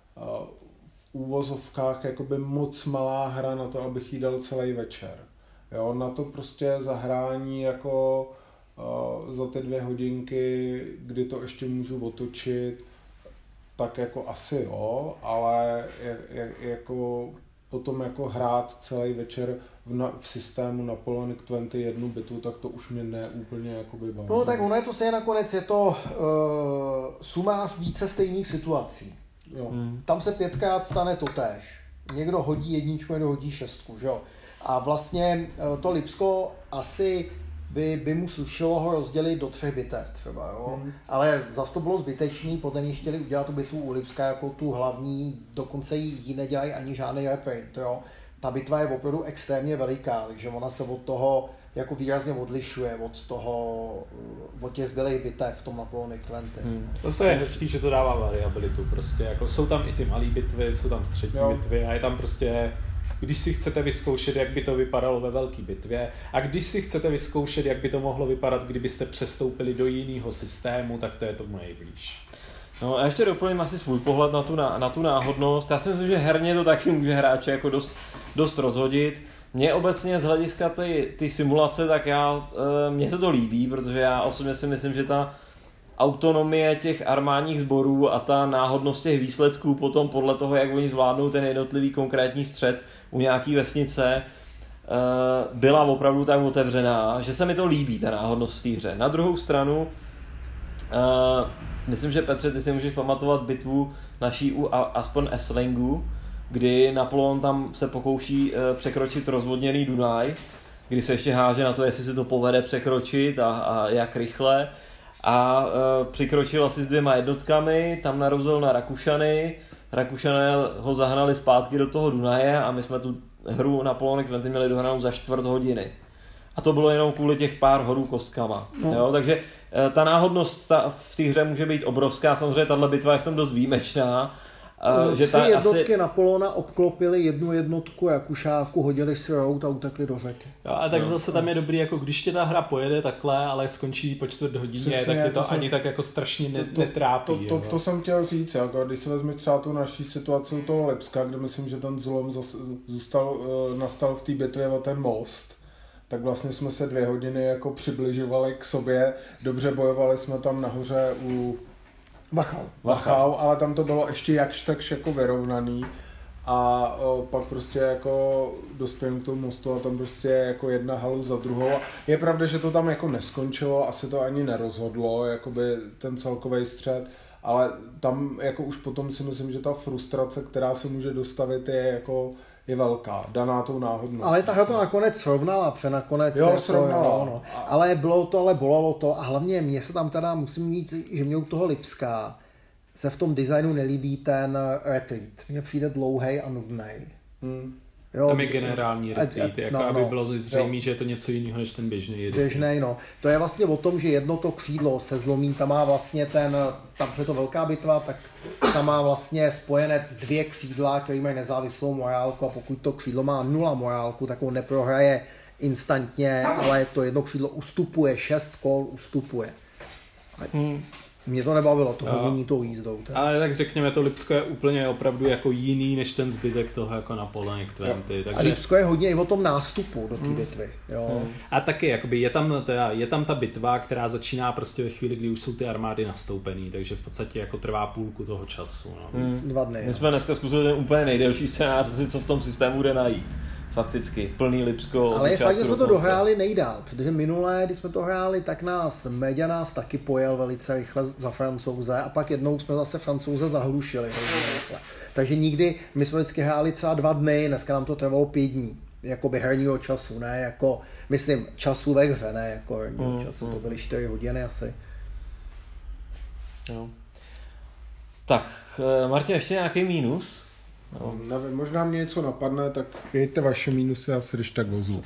v úvozovkách jakoby moc malá hra na to, abych jí dal celý večer. Jo, na to prostě zahrání jako za ty 2 hodinky, kdy to ještě můžu otočit, tak jako asi jo, ale jako potom jako hrát celý večer v systému Napoleonic 21 bitu, tak to už mě neúplně jakoby baví. No tak ono je to stejně nakonec, je to sumář více stejných situací. Jo. Tam se 5krát stane totéž. Někdo hodí 1, někdo hodí 6, že jo. A vlastně to Lipsko asi by mu slušelo ho rozdělit do 3 bitev třeba, jo. Ale zase to bylo zbytečný, podle mě chtěli udělat tu bitvu u Lipska jako tu hlavní, dokonce ji nedělají ani žádný reprint, jo. Ta bitva je opravdu extrémně veliká, takže ona se od toho jako výrazně odlišuje od těch zbylých bitev v tom Napoleonic 20. Zase je hezký, že to dává variabilitu, prostě jako jsou tam i ty malé bitvy, jsou tam střední bitvy a je tam prostě, když si chcete vyzkoušet, jak by to vypadalo ve velké bitvě a když si chcete vyzkoušet, jak by to mohlo vypadat, kdybyste přestoupili do jiného systému, tak to je tomu nejblíž. No a ještě doplním asi svůj pohled na tu náhodnost. Já si myslím, že herně to taky může hráče jako dost rozhodit. Mně obecně z hlediska ty simulace, tak mně se to líbí, protože já osobně si myslím, že ta autonomie těch armádních sborů a ta náhodnost těch výsledků potom podle toho, jak oni zvládnou ten jednotlivý konkrétní střet u nějaký vesnice, byla opravdu tak otevřená, že se mi to líbí, ta náhodnost v té hře. Na druhou stranu, myslím, že Petře, ty si můžeš pamatovat bitvu naší u aspoň Esslingu, kdy Napoleon tam se pokouší překročit rozvodněný Dunaj, kdy se ještě háže na to, jestli se to povede překročit a jak rychle. A přikročil asi s 2 jednotkami, tam narazil na Rakušany. Rakušané ho zahnali zpátky do toho Dunaje a my jsme tu hru Napoleon X měli dohranou za 4 hodiny. A to bylo jenom kvůli těch pár horů kostkama. Jo? Takže ta náhodnost v té hře může být obrovská. Samozřejmě tahle bitva je v tom dost výjimečná. Že 3 jednotky Napoleona obklopily 1 jednotku Rakušáku, hodili si rout a utekli do řeky. Jo, a tak zase tam je dobrý, jako když tě ta hra pojede takhle, ale skončí po 4 hodině, přesně, tak tě to ani tak jako strašně netrápí. To jsem chtěl říct, jako, když si vezmeš třeba tu naší situaci u toho Lipska, kde myslím, že ten zlom nastal v té bitvě o ten most, tak vlastně jsme se 2 hodiny jako přibližovali k sobě, dobře bojovali jsme tam nahoře u Wachau, ale tam to bylo ještě jakž takž jako vyrovnaný a pak prostě jako dospějeme k tomu mostu a tam prostě jako jedna halu za druhou. Je pravda, že to tam jako neskončilo, asi to ani nerozhodlo, jakoby ten celkový střet, ale tam jako už potom si myslím, že ta frustrace, která se může dostavit, je velká, daná tou náhodností. Ale ta hra to nakonec srovnala, nakonec. Jo, srovnala. No. Ale bylo to, ale bolelo to a hlavně mně se tam teda, musím říct, že mě u toho Lipska se v tom designu nelíbí ten retreat. Mně přijde dlouhej a nudnej. Jo, tam je generální retreat, aby bylo zřejmé, že je to něco jiného než ten běžný. Běžnej, no. To je vlastně o tom, že jedno to křídlo se zlomí, tam má vlastně tam je to velká bitva, tak tam má vlastně spojenec 2 křídla, který mají nezávislou morálku a pokud to křídlo má 0 morálku, tak on neprohraje instantně, ale to jedno křídlo ustupuje, 6 kol ustupuje. Mě to nebavilo, to hodění tou jízdou. Ale tak řekněme, to Lipsko je úplně opravdu jako jiný, než ten zbytek toho jako Napoleon X20. Takže... A Lipsko je hodně i o tom nástupu do té bitvy. Jo. A taky jakoby je tam ta bitva, která začíná prostě ve chvíli, kdy už jsou ty armády nastoupený, takže v podstatě jako trvá půlku toho času. No. 2 dny. My jsme dneska zkusili ten úplně nejdelší scénář, co v tom systému jde najít. Fakticky, plný Lipsko. Ale je fakt, že jsme to dohráli nejdál, protože minulé, když jsme to hráli, tak Méďa taky pojel velice rychle za Francouze a pak jednou jsme zase Francouze zahlušili. Takže nikdy, my jsme vždycky hráli třeba 2 dny, dneska nám to trvalo 5 dní, jakoby herního času, ne jako, myslím, času ve hře, ne jako herního času, to byly 4 hodiny asi. Jo. Tak, Martin, ještě nějaký mínus? No. Nevím, možná mě něco napadne, tak jeďte vaše mínusy a si když tak vozu.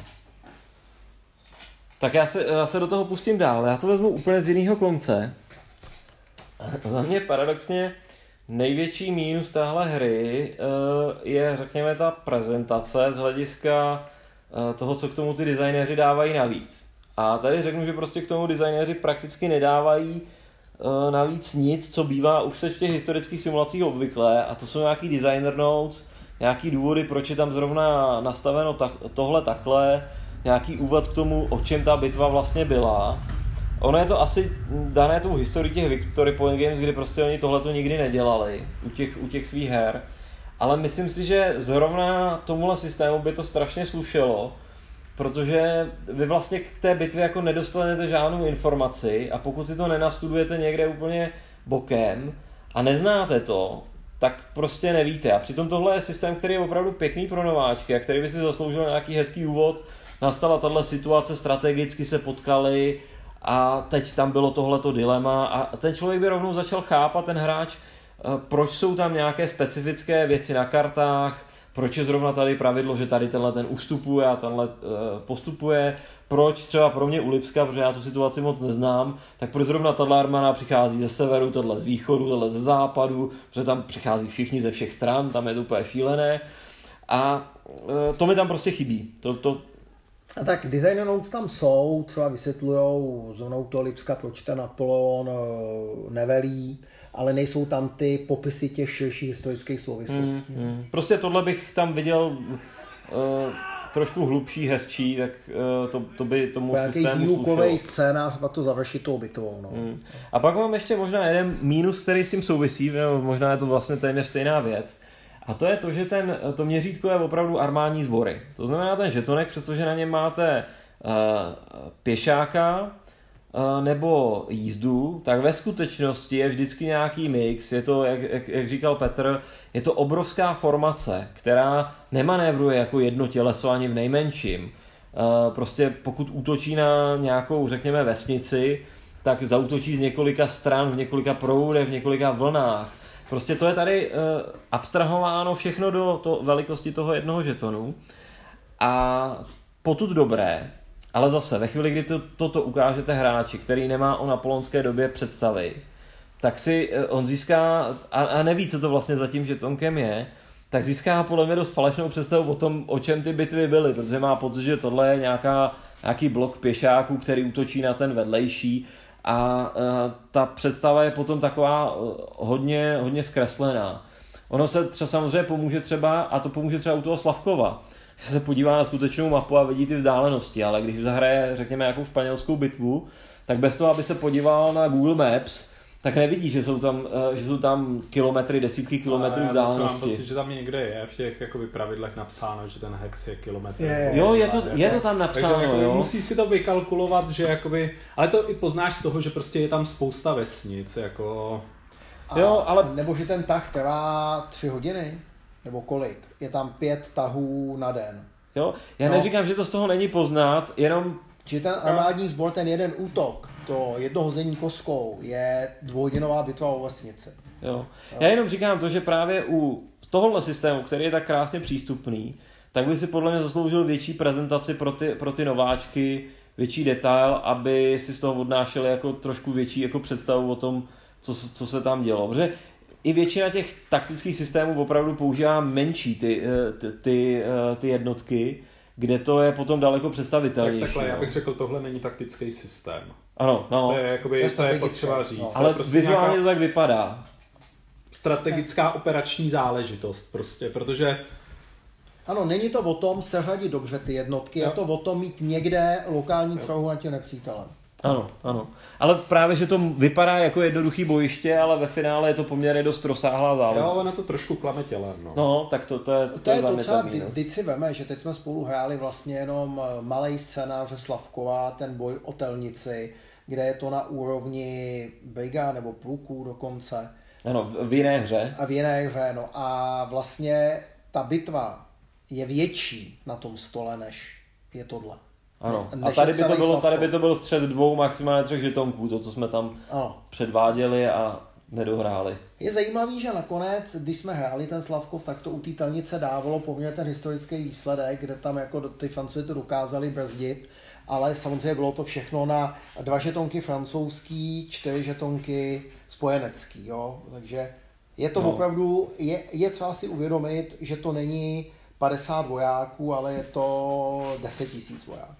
Tak já se do toho pustím dál. Já to vezmu úplně z jiného konce. Za mě paradoxně největší mínus téhle hry je, řekněme, ta prezentace z hlediska toho, co k tomu ty designéři dávají navíc. A tady řeknu, že prostě k tomu designéři prakticky nedávají navíc nic, co bývá už teď v těch historických simulacích obvyklé, a to jsou nějaký designer notes, nějaký důvody, proč je tam zrovna nastaveno tohle takhle, nějaký úvod k tomu, o čem ta bitva vlastně byla. Ono je to asi dané tou historií těch Victory Point Games, kdy prostě oni tohleto nikdy nedělali u těch svých her, ale myslím si, že zrovna tomuhle systému by to strašně slušelo, protože vy vlastně k té bitvě jako nedostanete žádnou informaci a pokud si to nenastudujete někde úplně bokem a neznáte to, tak prostě nevíte. A přitom tohle je systém, který je opravdu pěkný pro nováčky a který by si zasloužil nějaký hezký úvod. Nastala tahle situace, strategicky se potkali a teď tam bylo tohleto dilema a ten člověk by rovnou začal chápat, ten hráč, proč jsou tam nějaké specifické věci na kartách, proč je zrovna tady pravidlo, že tady tenhle ten ustupuje a tenhle postupuje, proč třeba pro mě u Lipska, protože já tu situaci moc neznám, tak proč zrovna tato armáda přichází ze severu, tohle z východu, tohle ze západu, protože tam přichází všichni ze všech stran, tam je to úplně šílené a to mi tam prostě chybí. A tak design notes tam jsou, třeba vysvětlujou zónou toho Lipska, proč ten Napoleon nevelí, ale nejsou tam ty popisy těch širších historických souvislostí. Prostě tohle bych tam viděl trošku hlubší, hezčí, tak to by tomu systému výukový scénář na to završit tou bitvou. No. A pak mám ještě možná jeden mínus, který s tím souvisí, možná je to vlastně téměř stejná věc. A to je to, že to měřítko je opravdu armádní sbory. To znamená ten žetonek, přestože na něm máte pěšáka nebo jízdu, tak ve skutečnosti je vždycky nějaký mix. Je to, jak říkal Petr, je to obrovská formace, která nemanévruje jako jedno těleso ani v nejmenším. Prostě pokud útočí na nějakou, řekněme, vesnici, tak zaútočí z několika stran, v několika proudech, v několika vlnách. Prostě to je tady abstrahováno všechno do velikosti toho jednoho žetonu. A potud dobré, ale zase ve chvíli, kdy toto ukážete hráči, který nemá o napoleonské době představy, tak si on získá, a neví, co to vlastně za tím žetonkem je, tak získá podle mě dost falešnou představu o tom, o čem ty bitvy byly, protože má pocit, že tohle je nějaký blok pěšáků, který útočí na ten vedlejší, a ta představa je potom taková hodně zkreslená. Ono se samozřejmě pomůže třeba, a to pomůže třeba u toho Slavkova, že se podívá na skutečnou mapu a vidí ty vzdálenosti, ale když zahraje, řekněme, nějakou španělskou bitvu, tak bez toho, aby se podíval na Google Maps, tak nevidí, že jsou tam kilometry, desítky kilometrů vzdálenosti. Mám pocit, že tam někde je v těch jakoby pravidlech napsáno, že ten hex je kilometr. Jo, je to tam napsáno. Takže jako jo. Musí si to vykalkulovat, že jakoby, ale to i poznáš z toho, že prostě je tam spousta vesnic, jako... Jo, ale... Nebo že ten tah trvá 3 hodiny, nebo kolik? Je tam 5 tahů na den. Jo, já neříkám, že to z toho není poznat, jenom... Že ten armádní sbor, ten jeden útok, to jedno hození kostkou je 2hodinová bitva o vesnici. Jo. Já jenom říkám to, že právě u tohohle systému, který je tak krásně přístupný, tak by si podle mě zasloužil větší prezentaci pro ty nováčky, větší detail, aby si z toho odnášeli jako trošku větší jako představu o tom, co se tam dělo. Protože i většina těch taktických systémů opravdu používá menší ty jednotky, kde to je potom daleko představitelnější. Takhle, já bych řekl, tohle není taktický systém. Ano. To je, jakoby, to je potřeba říct. No. Ale prostě vizuálně to tak vypadá. Strategická operační záležitost prostě, protože... Ano, není to o tom seřadit dobře ty jednotky, je to o tom mít někde lokální převahu nad tím nepřítelem. Ano. Ale právě, že to vypadá jako jednoduchý bojiště, ale ve finále je to poměrně dost rozsáhlá záležitost. Jo, ale na to trošku klame tělem. No, tak to je to třeba, teď si veme, že teď jsme spolu hráli vlastně jenom malej scénář Slavkova, ten boj o Telnici, kde je to na úrovni brigád nebo pluků dokonce. Ano, v jiné hře. A v jiné hře, no. A vlastně ta bitva je větší na tom stole, než je tohle. Ano, a tady by to byl střed 2, maximálně 3 žetonků, to, co jsme tam předváděli a nedohráli. Je zajímavý, že nakonec, když jsme hráli ten Slavkov, tak to u té Telnice dávalo poměrně ten historický výsledek, kde tam jako ty Francouzi to dokázali brzdit, ale samozřejmě bylo to všechno na 2 žetonky francouzský, 4 žetonky spojenecký, jo, takže je to opravdu, je třeba si uvědomit, že to není 50 vojáků, ale je to 10 000 vojáků.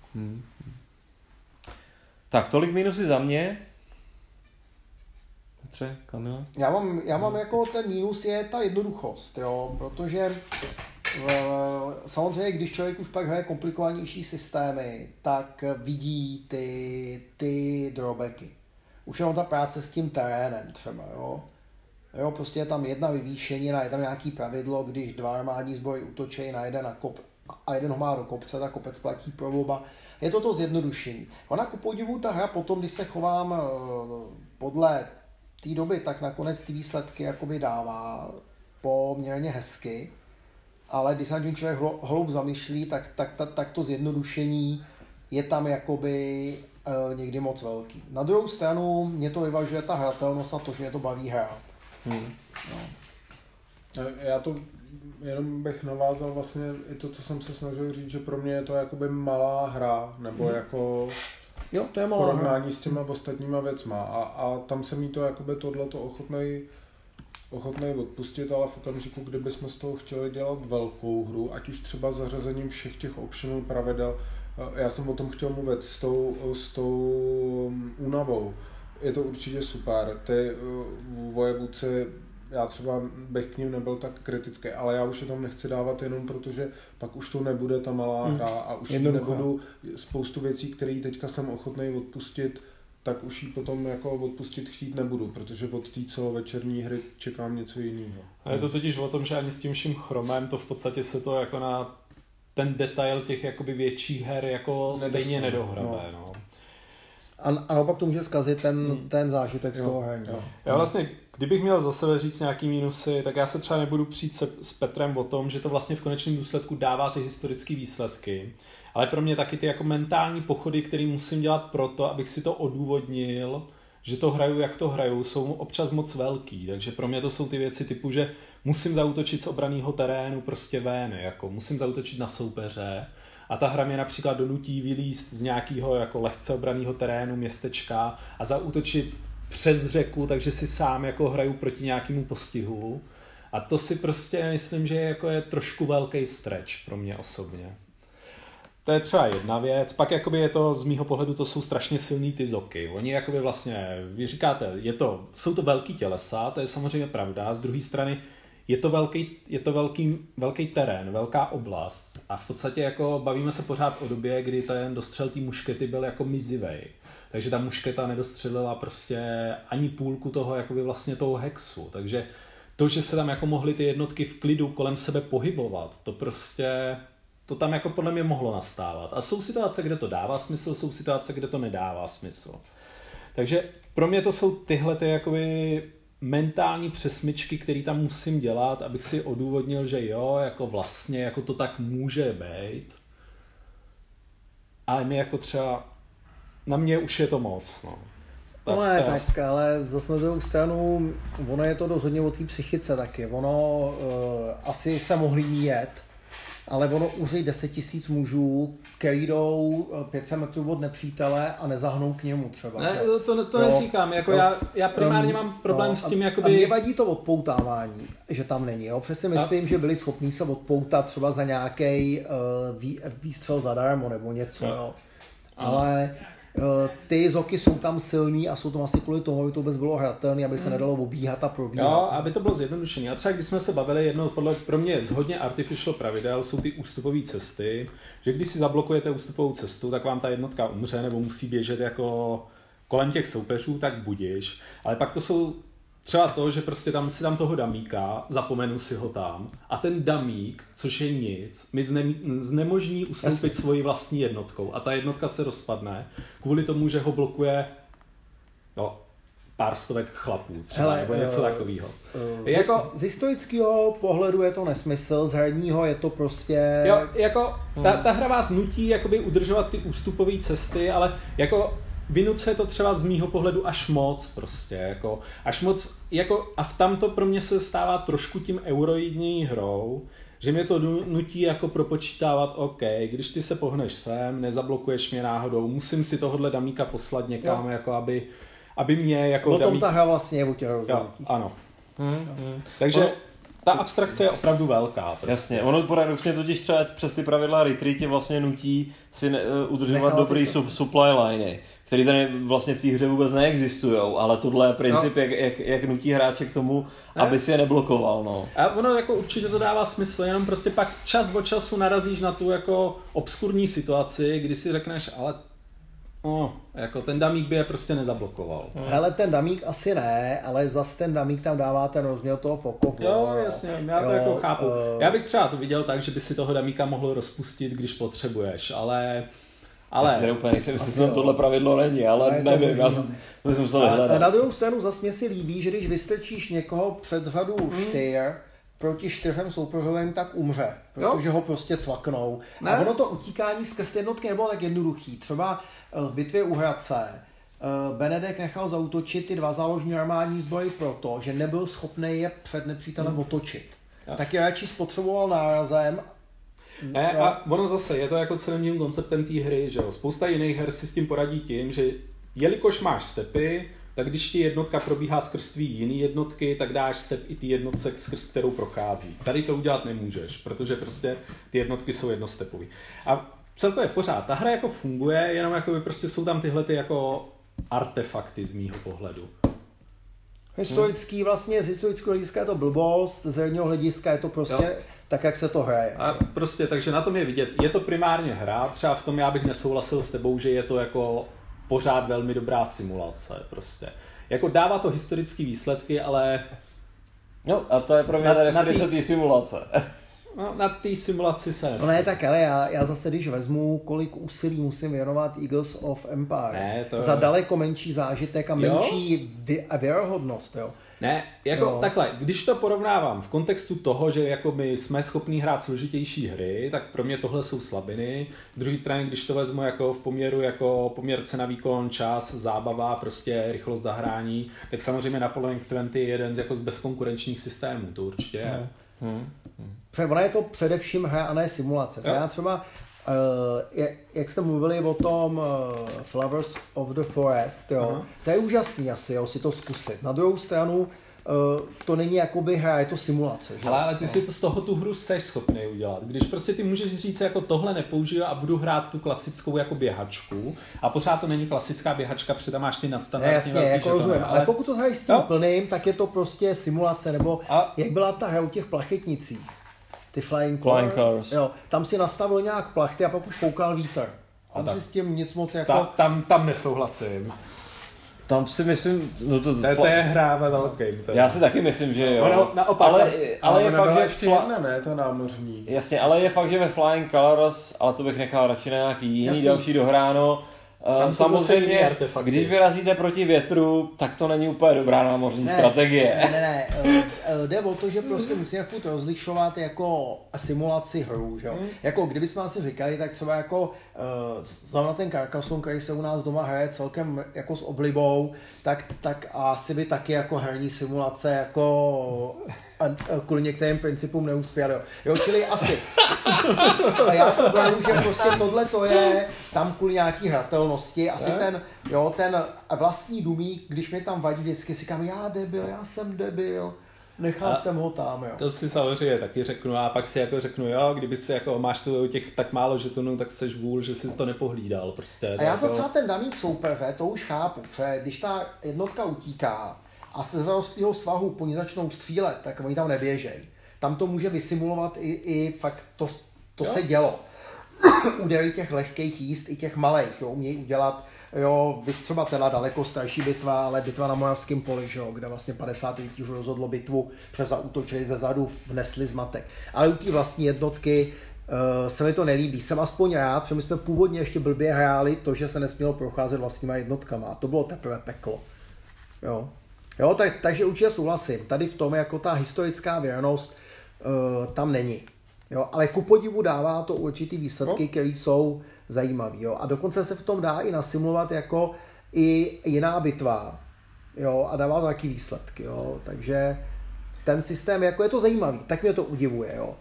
Tak, tolik minusy za mě. Petře, Kamila? Já mám jako ten mínus je ta jednoduchost, jo, protože samozřejmě, když člověk už pak hraje komplikovanější systémy, tak vidí ty drawbacky. Už jenom ta práce s tím terénem třeba, jo. Jo, prostě je tam jedna vyvýšenina, je tam nějaký pravidlo, když 2 armádní sbory útočí na jeden a jeden ho má do kopce, tak kopec platí pro oba. Je to zjednodušení. Ona ku podivu ta hra potom, když se chovám podle té doby, tak nakonec ty výsledky jakoby dává poměrně hezky, ale když se na tím člověk hloub zamýšlí, tak to zjednodušení je tam jakoby někdy moc velký. Na druhou stranu mě to vyvažuje ta hratelnost a to, že mě to baví hrát. No. Já to jenom bych navázal vlastně i to, co jsem se snažil říct, že pro mě je to jakoby malá hra, nebo jako jo, to je malá porovnání hra s těma ostatníma věcma a tam se mi to jakoby tohleto ochotnej odpustit, ale v okamžiku, kdybychom z toho chtěli dělat velkou hru, ať už třeba zařazením všech těch optional pravidel, já jsem o tom chtěl mluvit s tou únavou. Je to určitě super. Ty vojevůdci já třeba bych k ním nebyl tak kritický, ale já už je tam nechci dávat jenom protože pak už to nebude ta malá hra a už jí nebudu spoustu věcí, které teďka jsem ochotný odpustit, tak už jí potom jako odpustit chtít nebudu, protože od té celovečerní hry čekám něco jiného. A je to totiž o tom, že ani s tím vším chromem to v podstatě se to jako na ten detail těch jakoby větších her jako stejně nedohrabe. No. A naopak to může zkazit ten zážitek z toho hraní. Já vlastně, kdybych měl za sebe říct nějaký mínusy, tak já se třeba nebudu přijít s Petrem o tom, že to vlastně v konečném důsledku dává ty historické výsledky. Ale pro mě taky ty jako mentální pochody, které musím dělat proto, abych si to odůvodnil, že to hraju, jak to hraju, jsou občas moc velký. Takže pro mě to jsou ty věci typu, že musím zaútočit z obraného terénu prostě ven, jako musím zaútočit na soupeře. A ta hra mě například donutí vylízt z nějakého jako lehce obraného terénu městečka a zaútočit přes řeku, takže si sám jako hraju proti nějakému postihu. A to si prostě myslím, že jako je trošku velký stretch pro mě osobně. To je třeba jedna věc. Pak jakoby je to, z mýho pohledu, to jsou strašně silný ty zoky. Oni jakoby vlastně, vy říkáte, jsou to velký tělesa, to je samozřejmě pravda. Z druhé strany je to velký terén, velká oblast. A v podstatě jako bavíme se pořád o době, kdy ten dostřel té muškety byl jako mizivej. Takže ta mušketa nedostřelila prostě ani půlku toho jakoby vlastně toho hexu. Takže to, že se tam jako mohly ty jednotky v klidu kolem sebe pohybovat, to tam jako podle mě mohlo nastávat. A jsou situace, kde to dává smysl, jsou situace, kde to nedává smysl. Takže pro mě to jsou tyhle ty jakoby mentální přesmyčky, které tam musím dělat, abych si odůvodnil, že jo, jako vlastně, jako to tak může být. Ale mi jako třeba, na mě už je to moc, no. Ale zase na druhou stranu, ono je to dost hodně o té psychice taky. Ono asi se mohli jet, ale ono už 10 000 mužů, který jdou 500 metrů od nepřítele a nezahnou k němu třeba. Ne, to neříkám, jako já primárně mám problém s tím, jakoby... A mě vadí to odpoutávání, že tam není, jo. Přesně myslím, že byli schopní se odpoutat třeba za nějaký výstřel zadarmo nebo něco, jo. Ale ty zoky jsou tam silný a jsou tam asi kvůli tomu, aby to vůbec bylo hratelné, aby se nedalo obíhat a probíhat. Jo, aby to bylo zjednodušené. A třeba když jsme se bavili, jedno pro mě z hodně artificial pravidel jsou ty ústupové cesty, že když si zablokujete ústupovou cestu, tak vám ta jednotka umře nebo musí běžet jako kolem těch soupeřů, tak budiš. Ale pak to jsou třeba to, že prostě tam si dám toho damíka, zapomenu si ho tam a ten damík, což je nic, mi znemožní ustoupit svoji vlastní jednotkou a ta jednotka se rozpadne kvůli tomu, že ho blokuje pár stovek chlapů třeba, nebo něco takového. Z historického pohledu je to nesmysl, z herního je to prostě... Jo, jako ta hra vás nutí jakoby udržovat ty ústupové cesty, ale jako vynucuje to třeba z mýho pohledu až moc prostě, jako až moc, jako a v tamto pro mě se stává trošku tím euroidní hrou, že mě to nutí jako propočítávat, OK, když ty se pohneš sem, nezablokuješ mě náhodou, musím si tohohle damíka poslat někam, jako aby mě jako damík... O tom ta hra vlastně je o těch rozhodnutích. Ano. Takže ta abstrakce je opravdu velká. Prostě. Jasně, ono paradoxně totiž třeba přes ty pravidla retreaty vlastně nutí si udržovat dobrý supply liney, který tady vlastně v té hře vůbec neexistujou, ale tohle je princip, jak nutí hráče k tomu, aby si je neblokoval. No. A ono jako určitě to dává smysl, jenom prostě pak čas od času narazíš na tu jako obskurní situaci, kdy si řekneš, ale jako ten damík by je prostě nezablokoval. Hele, ten damík asi ne, ale zas ten damík tam dává ten rozměr toho fokovu. Jo, jasně, já to jako chápu. Já bych třeba to viděl tak, že by si toho damíka mohl rozpustit, když potřebuješ, ale úplně nejsem, jestli tam tohle pravidlo není, ale nevím, já jsem musel hledat. Na druhou stranu zase mě si líbí, že když vystrčíš někoho před řadu 4 proti 4 soupeřovým, tak umře, protože ho prostě cvaknou. Ne? A ono to utíkání skrz jednotky nebylo tak jednoduchý. Třeba v bitvě u Hradce Benedek nechal zaútočit ty 2 záložní armádní zbroje proto, že nebyl schopný je před nepřítelem otočit. Tak je radši spotřeboval nárazem. A ono zase je to jako celým konceptem té hry, že jo. Spousta jiných her si s tím poradí tím, že jelikož máš stepy, tak když ti jednotka probíhá skrz tvý jiný jednotky, tak dáš step i ty jednotce, skrz kterou prochází. Tady to udělat nemůžeš, protože prostě ty jednotky jsou jednostepový. A celkově pořád, ta hra jako funguje, jenom jako prostě jsou tam tyhle ty jako artefakty z mýho pohledu. Historický vlastně, z historického hlediska je to blbost, z herního hlediska je to prostě tak, jak se to hraje. A prostě, takže na tom je vidět, je to primárně hra, třeba v tom já bych nesouhlasil s tebou, že je to jako pořád velmi dobrá simulace, prostě. Jako dává to historické výsledky, ale... No a to je pro mě ta definice té simulace. No, na té simulaci se No ne, tak ale já zase, když vezmu, kolik úsilí musím věnovat Eagles of Empire, za daleko menší zážitek a menší věrohodnost, jo. Ne, jako takhle, když to porovnávám v kontextu toho, že jako my jsme schopní hrát složitější hry, tak pro mě tohle jsou slabiny. Z druhé strany, když to vezmu jako v poměru jako poměr cena výkon, čas, zábava, prostě rychlost zahrání, tak samozřejmě Napoleon 20 je jeden jako z bezkonkurenčních systémů, to určitě je. Ona je to především hra a ne simulace. Já třeba, jak jste mluvili o tom Flowers of the Forest, jo, to je úžasný asi, jo, si to zkusit. Na druhou stranu, to není jakoby hra, je to simulace. Že? Ale ty si to z toho tu hru seš schopný udělat. Když prostě ty můžeš říct, jako tohle nepoužiju a budu hrát tu klasickou jako běhačku a pořád to není klasická běhačka, protože tam máš ty nadstandardní jasně, velký jako rozumím, ale pokud to hraješ s tím plným, tak je to prostě simulace, nebo jak byla ta hra u těch plachetnicích. Ty Flying Cars. Jo, tam si nastavil nějak plachty a pak už foukal vítr. Tam si s tím nic moc jako... Tam nesouhlasím. Tam si myslím... No to je hra ve velkým. Já si taky myslím, že jo. Ono, naopak, ale je fakt, že... ještě jedna, ne? To námořní. Jasně, ale je fakt, že ve Flying Colours, ale to bych nechal radši na nějaký jiný další dohráno. Samozřejmě, když vyrazíte proti větru, tak to není úplně dobrá námořní strategie. Ne, jde o to, že prostě musíme furt rozlišovat jako simulaci hru, že jo. Jako kdybychom asi říkali, tak třeba jako zrovna ten Carcassonne, který se u nás doma hraje celkem jako s oblibou, tak asi by taky jako herní simulace jako kvůli některým principům neuspěl, jo, čili asi. A já to beru, že prostě tohle to je tam kvůli nějaký hratelnosti, asi ten vlastní dumík, když mi tam vadí vždycky, si říkám, já jsem debil, nechal jsem ho tam, jo. To si samozřejmě taky řeknu a pak si jako řeknu, jo, kdyby si jako máš tu těch tak málo žetonů, tak seš vůl, že jsi to nepohlídal, prostě. A já za třeba ten dumík soupeře, to už chápu, že když ta jednotka utíká, a se zarostlého svahu po ní začnou střílet, tak oni tam neběžejí. Tam to může vysimulovat i fakt, to se dělo. Údery těch lehkých jízd i těch malých, jo, umějí udělat, jo, třeba teda daleko starší bitva, ale bitva na Moravském poli, že jo, kde vlastně 50. už rozhodlo bitvu, přes zaútočili ze zadu, vnesli zmatek. Ale u té vlastní jednotky se mi to nelíbí. Jsem aspoň rád, protože my jsme původně ještě blbě hráli to, že se nesmělo procházet vlastníma jednotkama. A to bylo teprve peklo. Jo, takže určitě souhlasím. Tady v tom jako ta historická věrnost tam není. Jo, ale ku podivu dává to určitý výsledky, které jsou zajímavé. A dokonce se v tom dá i nasimulovat jako i jiná bitva. Jo, a dává to taky výsledky. Jo. Takže ten systém, jako je to zajímavý, tak mě to udivuje. Jo.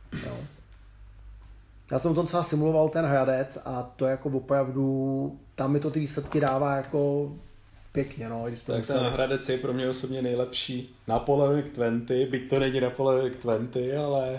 Já jsem to třeba simuloval ten Hradec a to jako opravdu, tam mi to ty výsledky dává jako pěkně, no. Tak ten Hradec je pro mě osobně nejlepší. Napoleon 20, byť to není Napoleon 20, ale...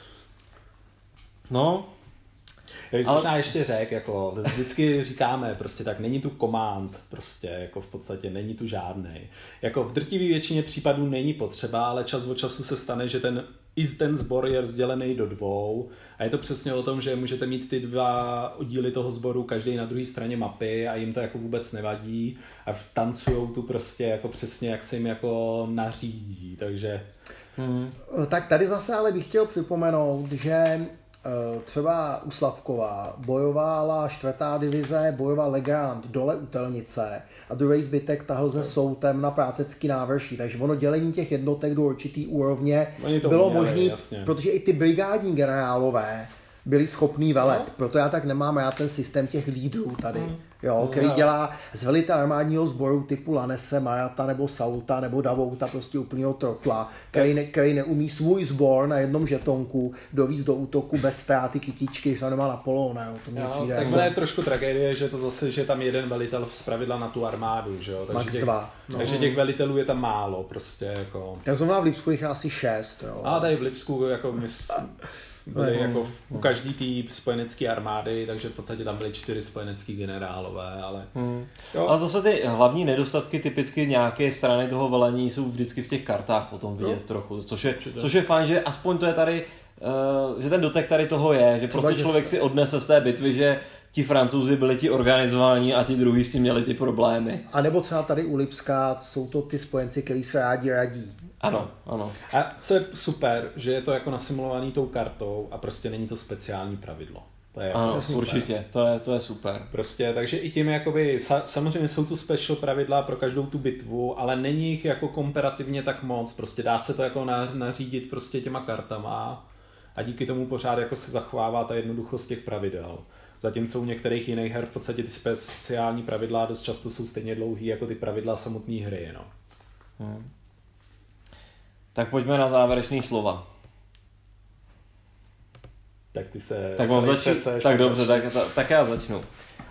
No. Jak možná ještě jako vždycky říkáme, prostě tak není tu command, prostě jako v podstatě není tu žádnej. Jako v drtivé většině případů není potřeba, ale čas od času se stane, že ten sbor je rozdělený do dvou a je to přesně o tom, že můžete mít ty dva oddíly toho sboru, každý na druhé straně mapy a jim to jako vůbec nevadí a tancujou tu prostě jako přesně, jak se jim jako nařídí, takže... Tak tady zase ale bych chtěl připomenout, že třeba u Slavkova bojovala 4. divize, bojoval Legrand dole u Telnice a druhý zbytek tahal se Soutem na Prátecký návrší. Takže ono dělení těch jednotek do určitý úrovně bylo možné, protože i ty brigádní generálové byli schopní velet. Proto já tak nemám rád ten systém těch lídrů tady, který dělá z velitele armádního sboru typu Lanese, Marata nebo Sauta nebo Davouta, prostě úplného trotla, který neumí svůj sbor na jednom žetonku dovízt do útoku bez ztráty kytičky, že to nemá Napoleona. To mě přijde. Tak to je trošku tragédie, že to zase, že tam jeden velitel zpravidla na tu armádu, že jo. Takže těch velitelů je tam málo, prostě jako. Tak znamená v Lipsku jich asi 6, jo. A tady v Lipsku jako byly jako u každý té spojenecké armády, takže v podstatě tam byly 4 spojenecký generálové, ale... Ale zase ty hlavní nedostatky typicky nějaké strany toho velení jsou vždycky v těch kartách potom vidět trochu, což je fajn, že aspoň to je tady, že ten dotek tady toho je, že prostě člověk si odnese z té bitvy, že ti Francouzi byli ti organizovaní a ti druhý s tím měli ty problémy. A nebo třeba tady u Lipska jsou to ty spojenci, kteří se rádi radí. Ano. A co je super, že je to jako nasimulovaný tou kartou a prostě není to speciální pravidlo. To je ano, určitě, to je super. Prostě, takže i tím jakoby, samozřejmě jsou tu special pravidla pro každou tu bitvu, ale není jich jako komparativně tak moc, prostě dá se to jako nařídit prostě těma kartama a díky tomu pořád jako se zachovává ta jednoduchost těch pravidel. Zatímco u některých jiných her v podstatě ty speciální pravidla dost často jsou stejně dlouhý jako ty pravidla samotné hry. No. Tak pojďme na závěrečný slova. Tak ty se... Tak mám tak dobře, tak já začnu.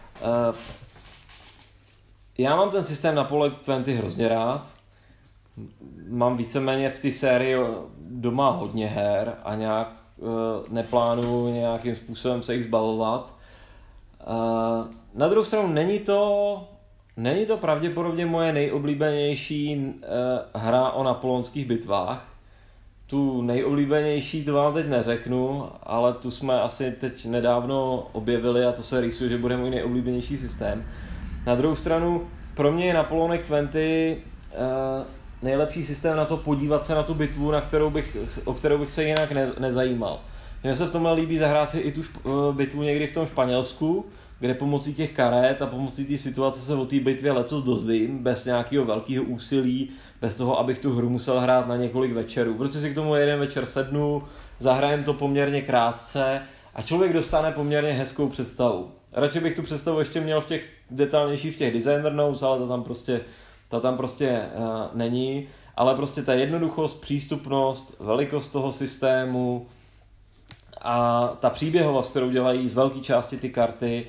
Já mám ten systém na Apollo 20 hrozně rád. Mám víceméně v té sérii doma hodně her a nějak neplánuju nějakým způsobem se jich zbavovat. Na druhou stranu není to pravděpodobně moje nejoblíbenější hra o napoleonských bitvách. Tu nejoblíbenější to vám teď neřeknu, ale tu jsme asi teď nedávno objevili a to se rýsuje, že bude můj nejoblíbenější systém. Na druhou stranu pro mě je Napoleonic 20 nejlepší systém na to podívat se na tu bitvu, o kterou bych se jinak nezajímal. Mně se v tomhle líbí zahrát si i tu bitvu někdy v tom Španělsku, kde pomocí těch karet a pomocí té situace se o té bitvě lecos dozvím, bez nějakého velkého úsilí, bez toho, abych tu hru musel hrát na několik večerů. Prostě si k tomu jeden večer sednu, zahrajem to poměrně krátce a člověk dostane poměrně hezkou představu. Radši bych tu představu ještě měl v těch detailnějších, v těch designer notes, ale ta tam prostě není. Ale prostě ta jednoduchost, přístupnost, velikost toho systému a ta příběhovost, kterou dělají z velké části ty karty,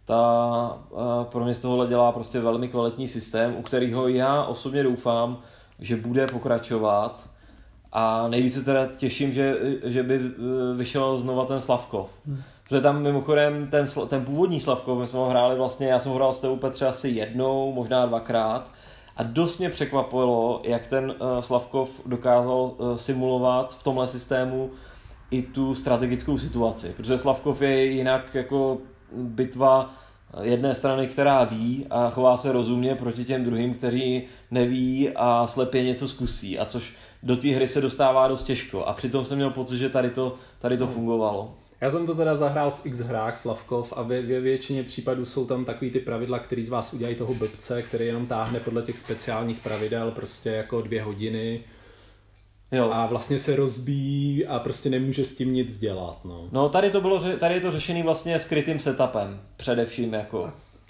ta pro mě z tohohle dělá prostě velmi kvalitní systém, u kterého já osobně doufám, že bude pokračovat a nejvíce teda těším, že by vyšel znova ten Slavkov. Protože tam mimochodem ten původní Slavkov, my jsme ho hráli vlastně, já jsem ho hrál s tebou Petře asi jednou, možná dvakrát a dost mě překvapilo, jak ten Slavkov dokázal simulovat v tomhle systému i tu strategickou situaci, protože Slavkov je jinak jako bitva jedné strany, která ví a chová se rozumně proti těm druhým, kteří neví a slepě něco zkusí, a což do té hry se dostává dost těžko a přitom jsem měl pocit, že tady to fungovalo. Já jsem to teda zahrál v X hrách Slavkov a ve většině případů jsou tam takový ty pravidla, který z vás udělají toho blbce, který jenom táhne podle těch speciálních pravidel prostě jako 2 hodiny. Jo. A vlastně se rozbíjí a prostě nemůže s tím nic dělat. No tady je to řešený vlastně skrytým setupem, především jako.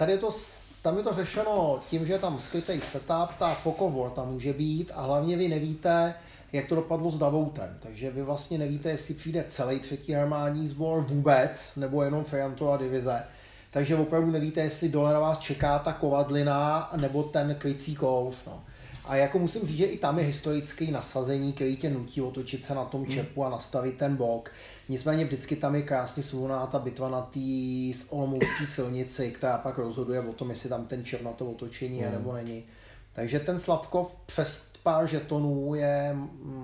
Tam je to řešeno tím, že je tam skrytý setup, ta fog of war tam může být a hlavně vy nevíte, jak to dopadlo s Davoutem. Takže vy vlastně nevíte, jestli přijde celý 3. armádní sbor vůbec, nebo jenom Ferrantova divize. Takže opravdu nevíte, jestli dole na vás čeká ta kovadlina, nebo ten krycí kouř. No. A jako musím říct, že i tam je historické nasazení, který tě nutí otočit se na tom čepu a nastavit ten bok. Nicméně vždycky tam je krásně svůlná ta bitva na té olomoucké silnici, která pak rozhoduje o tom, jestli tam ten čep na to otočení je nebo není. Takže ten Slavkov přes pár žetonů je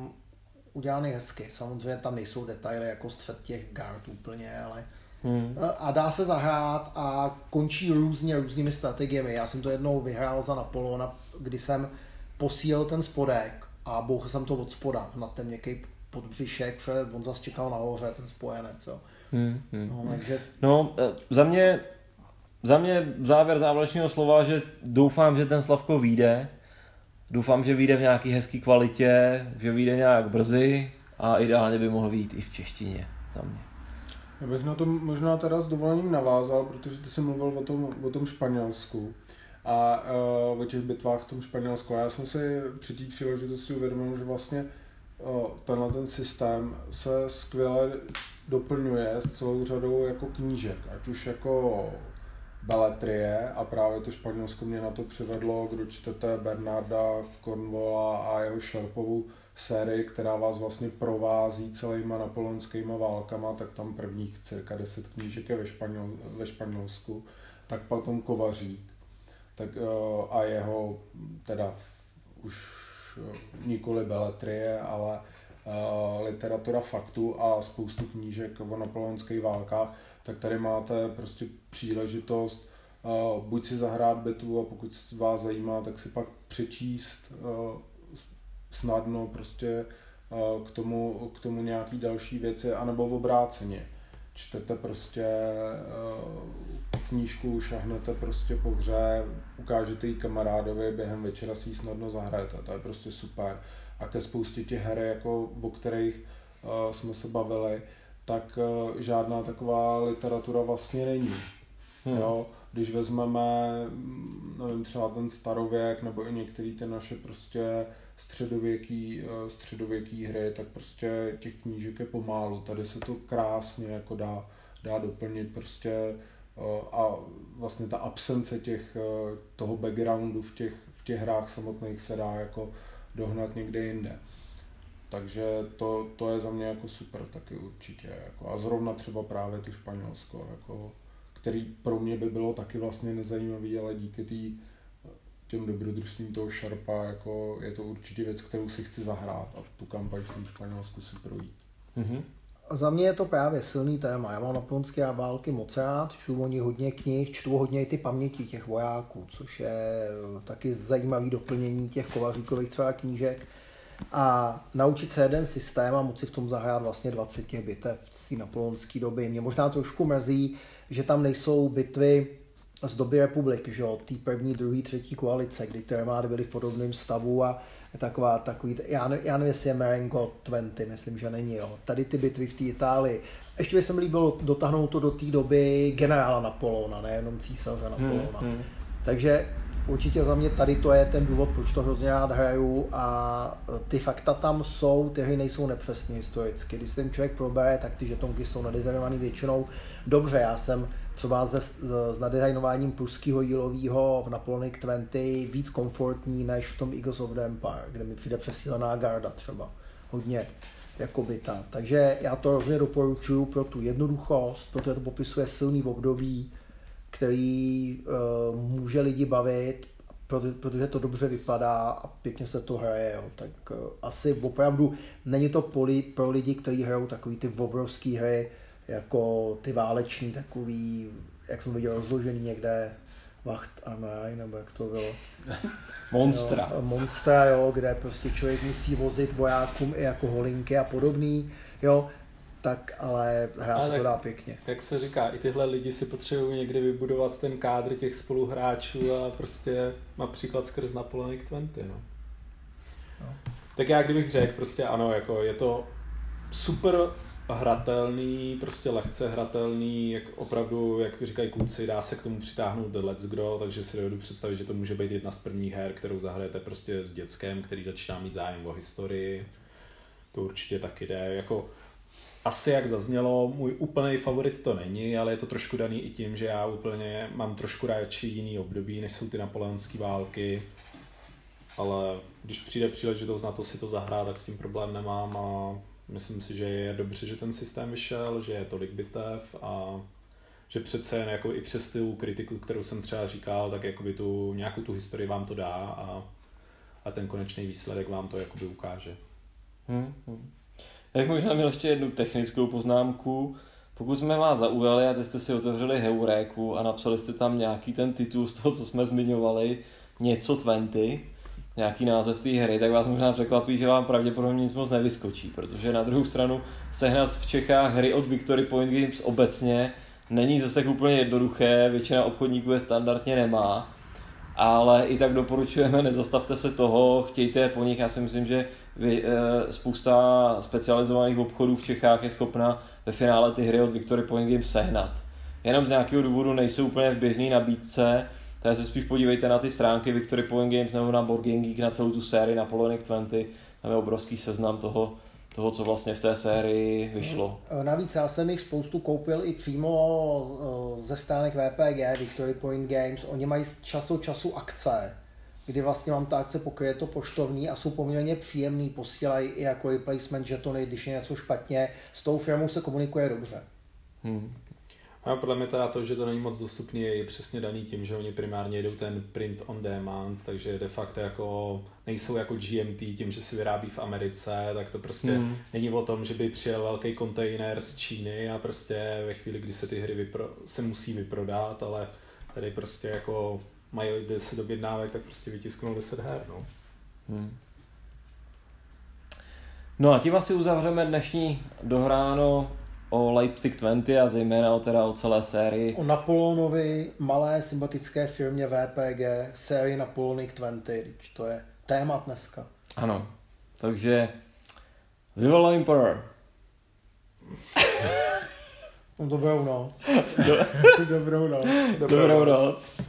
udělaný hezky. Samozřejmě tam nejsou detaily jako střed těch gard úplně, ale a dá se zahrát a končí různými strategiemi. Já jsem to jednou vyhrál za Napoleona, kdy jsem posílil ten spodek a bouchl jsem to od spoda na ten měkký podbřišek, protože on zase čekal nahoře, ten spojenec. Jo. Za mě závěr závěrečného slova, že doufám, že ten Slavkov vyjde. Doufám, že vyjde v nějaký hezký kvalitě, že vyjde nějak brzy a ideálně by mohl vyjít i v češtině za mě. Já bych na to možná teda s dovolením navázal, protože ty jsi mluvil o tom Španělsku a o těch bitvách v tom Španělsku. A já jsem si při té příležitosti uvědomil, že vlastně tenhle ten systém se skvěle doplňuje s celou řadou jako knížek, ať už jako beletrie a právě to Španělsko mě na to přivedlo, kdo čtete Bernarda Cornwalla a jeho Sharpovou sérii, která vás vlastně provází celýma napoleonskýma válkama, tak tam prvních cirka 10 knížek je ve Španělsku, tak potom Kovařík tak, a jeho teda už nikoli beletrie, ale literatura faktu a spoustu knížek o napoleonských válkách, tak tady máte prostě příležitost buď si zahrát bitvu a pokud vás zajímá, tak si pak přečíst snadno prostě k tomu nějaký další věci, anebo v obráceně. Čtete prostě knížku, šahnete prostě po hře, ukážete ji kamarádovi, během večera si ji snadno zahrajete, to je prostě super. A ke spoustě těch her, jako, o kterých jsme se bavili, tak žádná taková literatura vlastně není. Jo? Když vezmeme, nevím, třeba ten starověk, nebo i některé ty naše prostě středověký hry, tak prostě těch knížek je pomálu. Tady se to krásně jako dá doplnit prostě a vlastně ta absence toho backgroundu v těch hrách samotných se dá jako dohnat někde jinde. Takže to je za mě jako super taky určitě. Jako. A zrovna třeba právě to Španělsko, jako, který pro mě by bylo taky vlastně nezajímavý, ale díky těm dobrodružstvím toho Sharpa jako je to určitě věc, kterou si chci zahrát a tu kampaň v tom Španělsku si projít. Mm-hmm. A za mě je to právě silný téma. Já mám napoleonské války moc rád, čtu o nich hodně knih, čtu hodně i ty paměti těch vojáků, což je taky zajímavý doplnění těch Kovaříkových třeba knížek. A naučit se jeden systém a moci v tom zahrát vlastně 20 těch bitev z té napoleonské doby. Mě možná trošku mrzí, že tam nejsou bitvy z doby republiky, že jo, té první, druhé, třetí koalice, kdy ty armády byly v podobném stavu a takový, já nevím, jestli je Marengo 20, myslím, že není, jo. Tady ty bitvy v té Itálii. Ještě by se mi líbilo dotáhnout to do té doby generála Napoleona, nejenom císaře Napoleona. Takže určitě za mě tady to je ten důvod, proč to hrozně rád hraju a ty fakta tam jsou, ty hry nejsou nepřesně historicky. Když se ten člověk probere, tak ty žetonky jsou nadizajnovaný většinou dobře. Já jsem třeba s nadizajnováním pruského jílového v Napoleonic 20 víc komfortní než v tom Eagles of the Empire, kde mi přijde přesílená garda třeba. Hodně jako byta. Takže já to rozhodně doporučuji pro tu jednoduchost, protože to popisuje silný období, který může lidi bavit, protože to dobře vypadá a pěkně se to hraje. Jo. Tak asi opravdu není to pro lidi, kteří hrajou takový ty obrovský hry, jako ty váleční takový, jak jsem viděl rozložený někde, Wacht am Rhein, nebo jak to bylo. Monstra. Jo, Monstra, jo, kde prostě člověk musí vozit vojákům i jako holinky a podobný, jo. Tak ale hrát se to dá pěkně. Jak se říká, i tyhle lidi si potřebují někdy vybudovat ten kádr těch spoluhráčů a prostě například skrz Napoleonic 20, no. Tak já kdybych řekl, prostě ano, jako je to super hratelný, prostě lehce hratelný, jak opravdu, jak říkají kluci, dá se k tomu přitáhnout do Let's Go, takže si dovedu představit, že to může být jedna z prvních her, kterou zahrajete prostě s dětskem, který začíná mít zájem o historii. To určitě taky jde, jako asi jak zaznělo, můj úplný favorit to není, ale je to trošku daný i tím, že já úplně mám trošku radši jiný období, než jsou ty napoleonské války. Ale když přijde příležitost na to si to zahrát, tak s tím problém nemám a myslím si, že je dobře, že ten systém vyšel, že je tolik bitev a že přece jen jako i přes tu kritiku, kterou jsem třeba říkal, tak jakoby nějakou tu historii vám to dá a ten konečný výsledek vám to jakoby ukáže. Já bych možná měl ještě jednu technickou poznámku. Pokud jsme vás zaujali a jste si otevřeli Heuréku a napsali jste tam nějaký ten titul z toho, co jsme zmiňovali, něco 20, nějaký název té hry, tak vás možná překvapí, že vám pravděpodobně nic moc nevyskočí, protože na druhou stranu sehnat v Čechách hry od Victory Point Games obecně není zase tak úplně jednoduché, většina obchodníků je standardně nemá, ale i tak doporučujeme, nezastavte se toho, chtějte po nich, já si myslím, že spousta specializovaných obchodů v Čechách je schopna ve finále ty hry od Victory Point Games sehnat. Jenom z nějakého důvodu nejsou úplně v běžné nabídce, takže se spíš podívejte na ty stránky Victory Point Games nebo na Board Game Geek, na celou tu sérii Napoleonic 20, tam je obrovský seznam toho, toho, co vlastně v té sérii vyšlo. Navíc já jsem jich spoustu koupil i přímo ze stránek VPG, Victory Point Games. Oni mají čas od času akce, kdy vlastně mám ta akce pokryje to poštovní a jsou poměrně příjemný, posílají i jako replacement žetony, když je něco špatně. S tou firmou se komunikuje dobře. A podle mě teda to, že to není moc dostupný, je přesně daný tím, že oni primárně jdou ten print on demand, takže de facto jako nejsou jako GMT tím, že si vyrábí v Americe, tak to prostě není o tom, že by přijel velký kontejner z Číny a prostě ve chvíli, kdy se ty hry se musí vyprodat, ale tady prostě jako mají 10 objednávek, tak prostě vytisknou 10 her, no. No a tím asi uzavřeme dnešní dohráno o Leipzig 20 a zejména o celé sérii. O Napoleonovi, malé sympatické firmě VPG, sérii Napoleonic 20, to je téma dneska. Ano, takže Viva l'Emperor. Dobrou noc. Dobrou noc. Dobrou noc.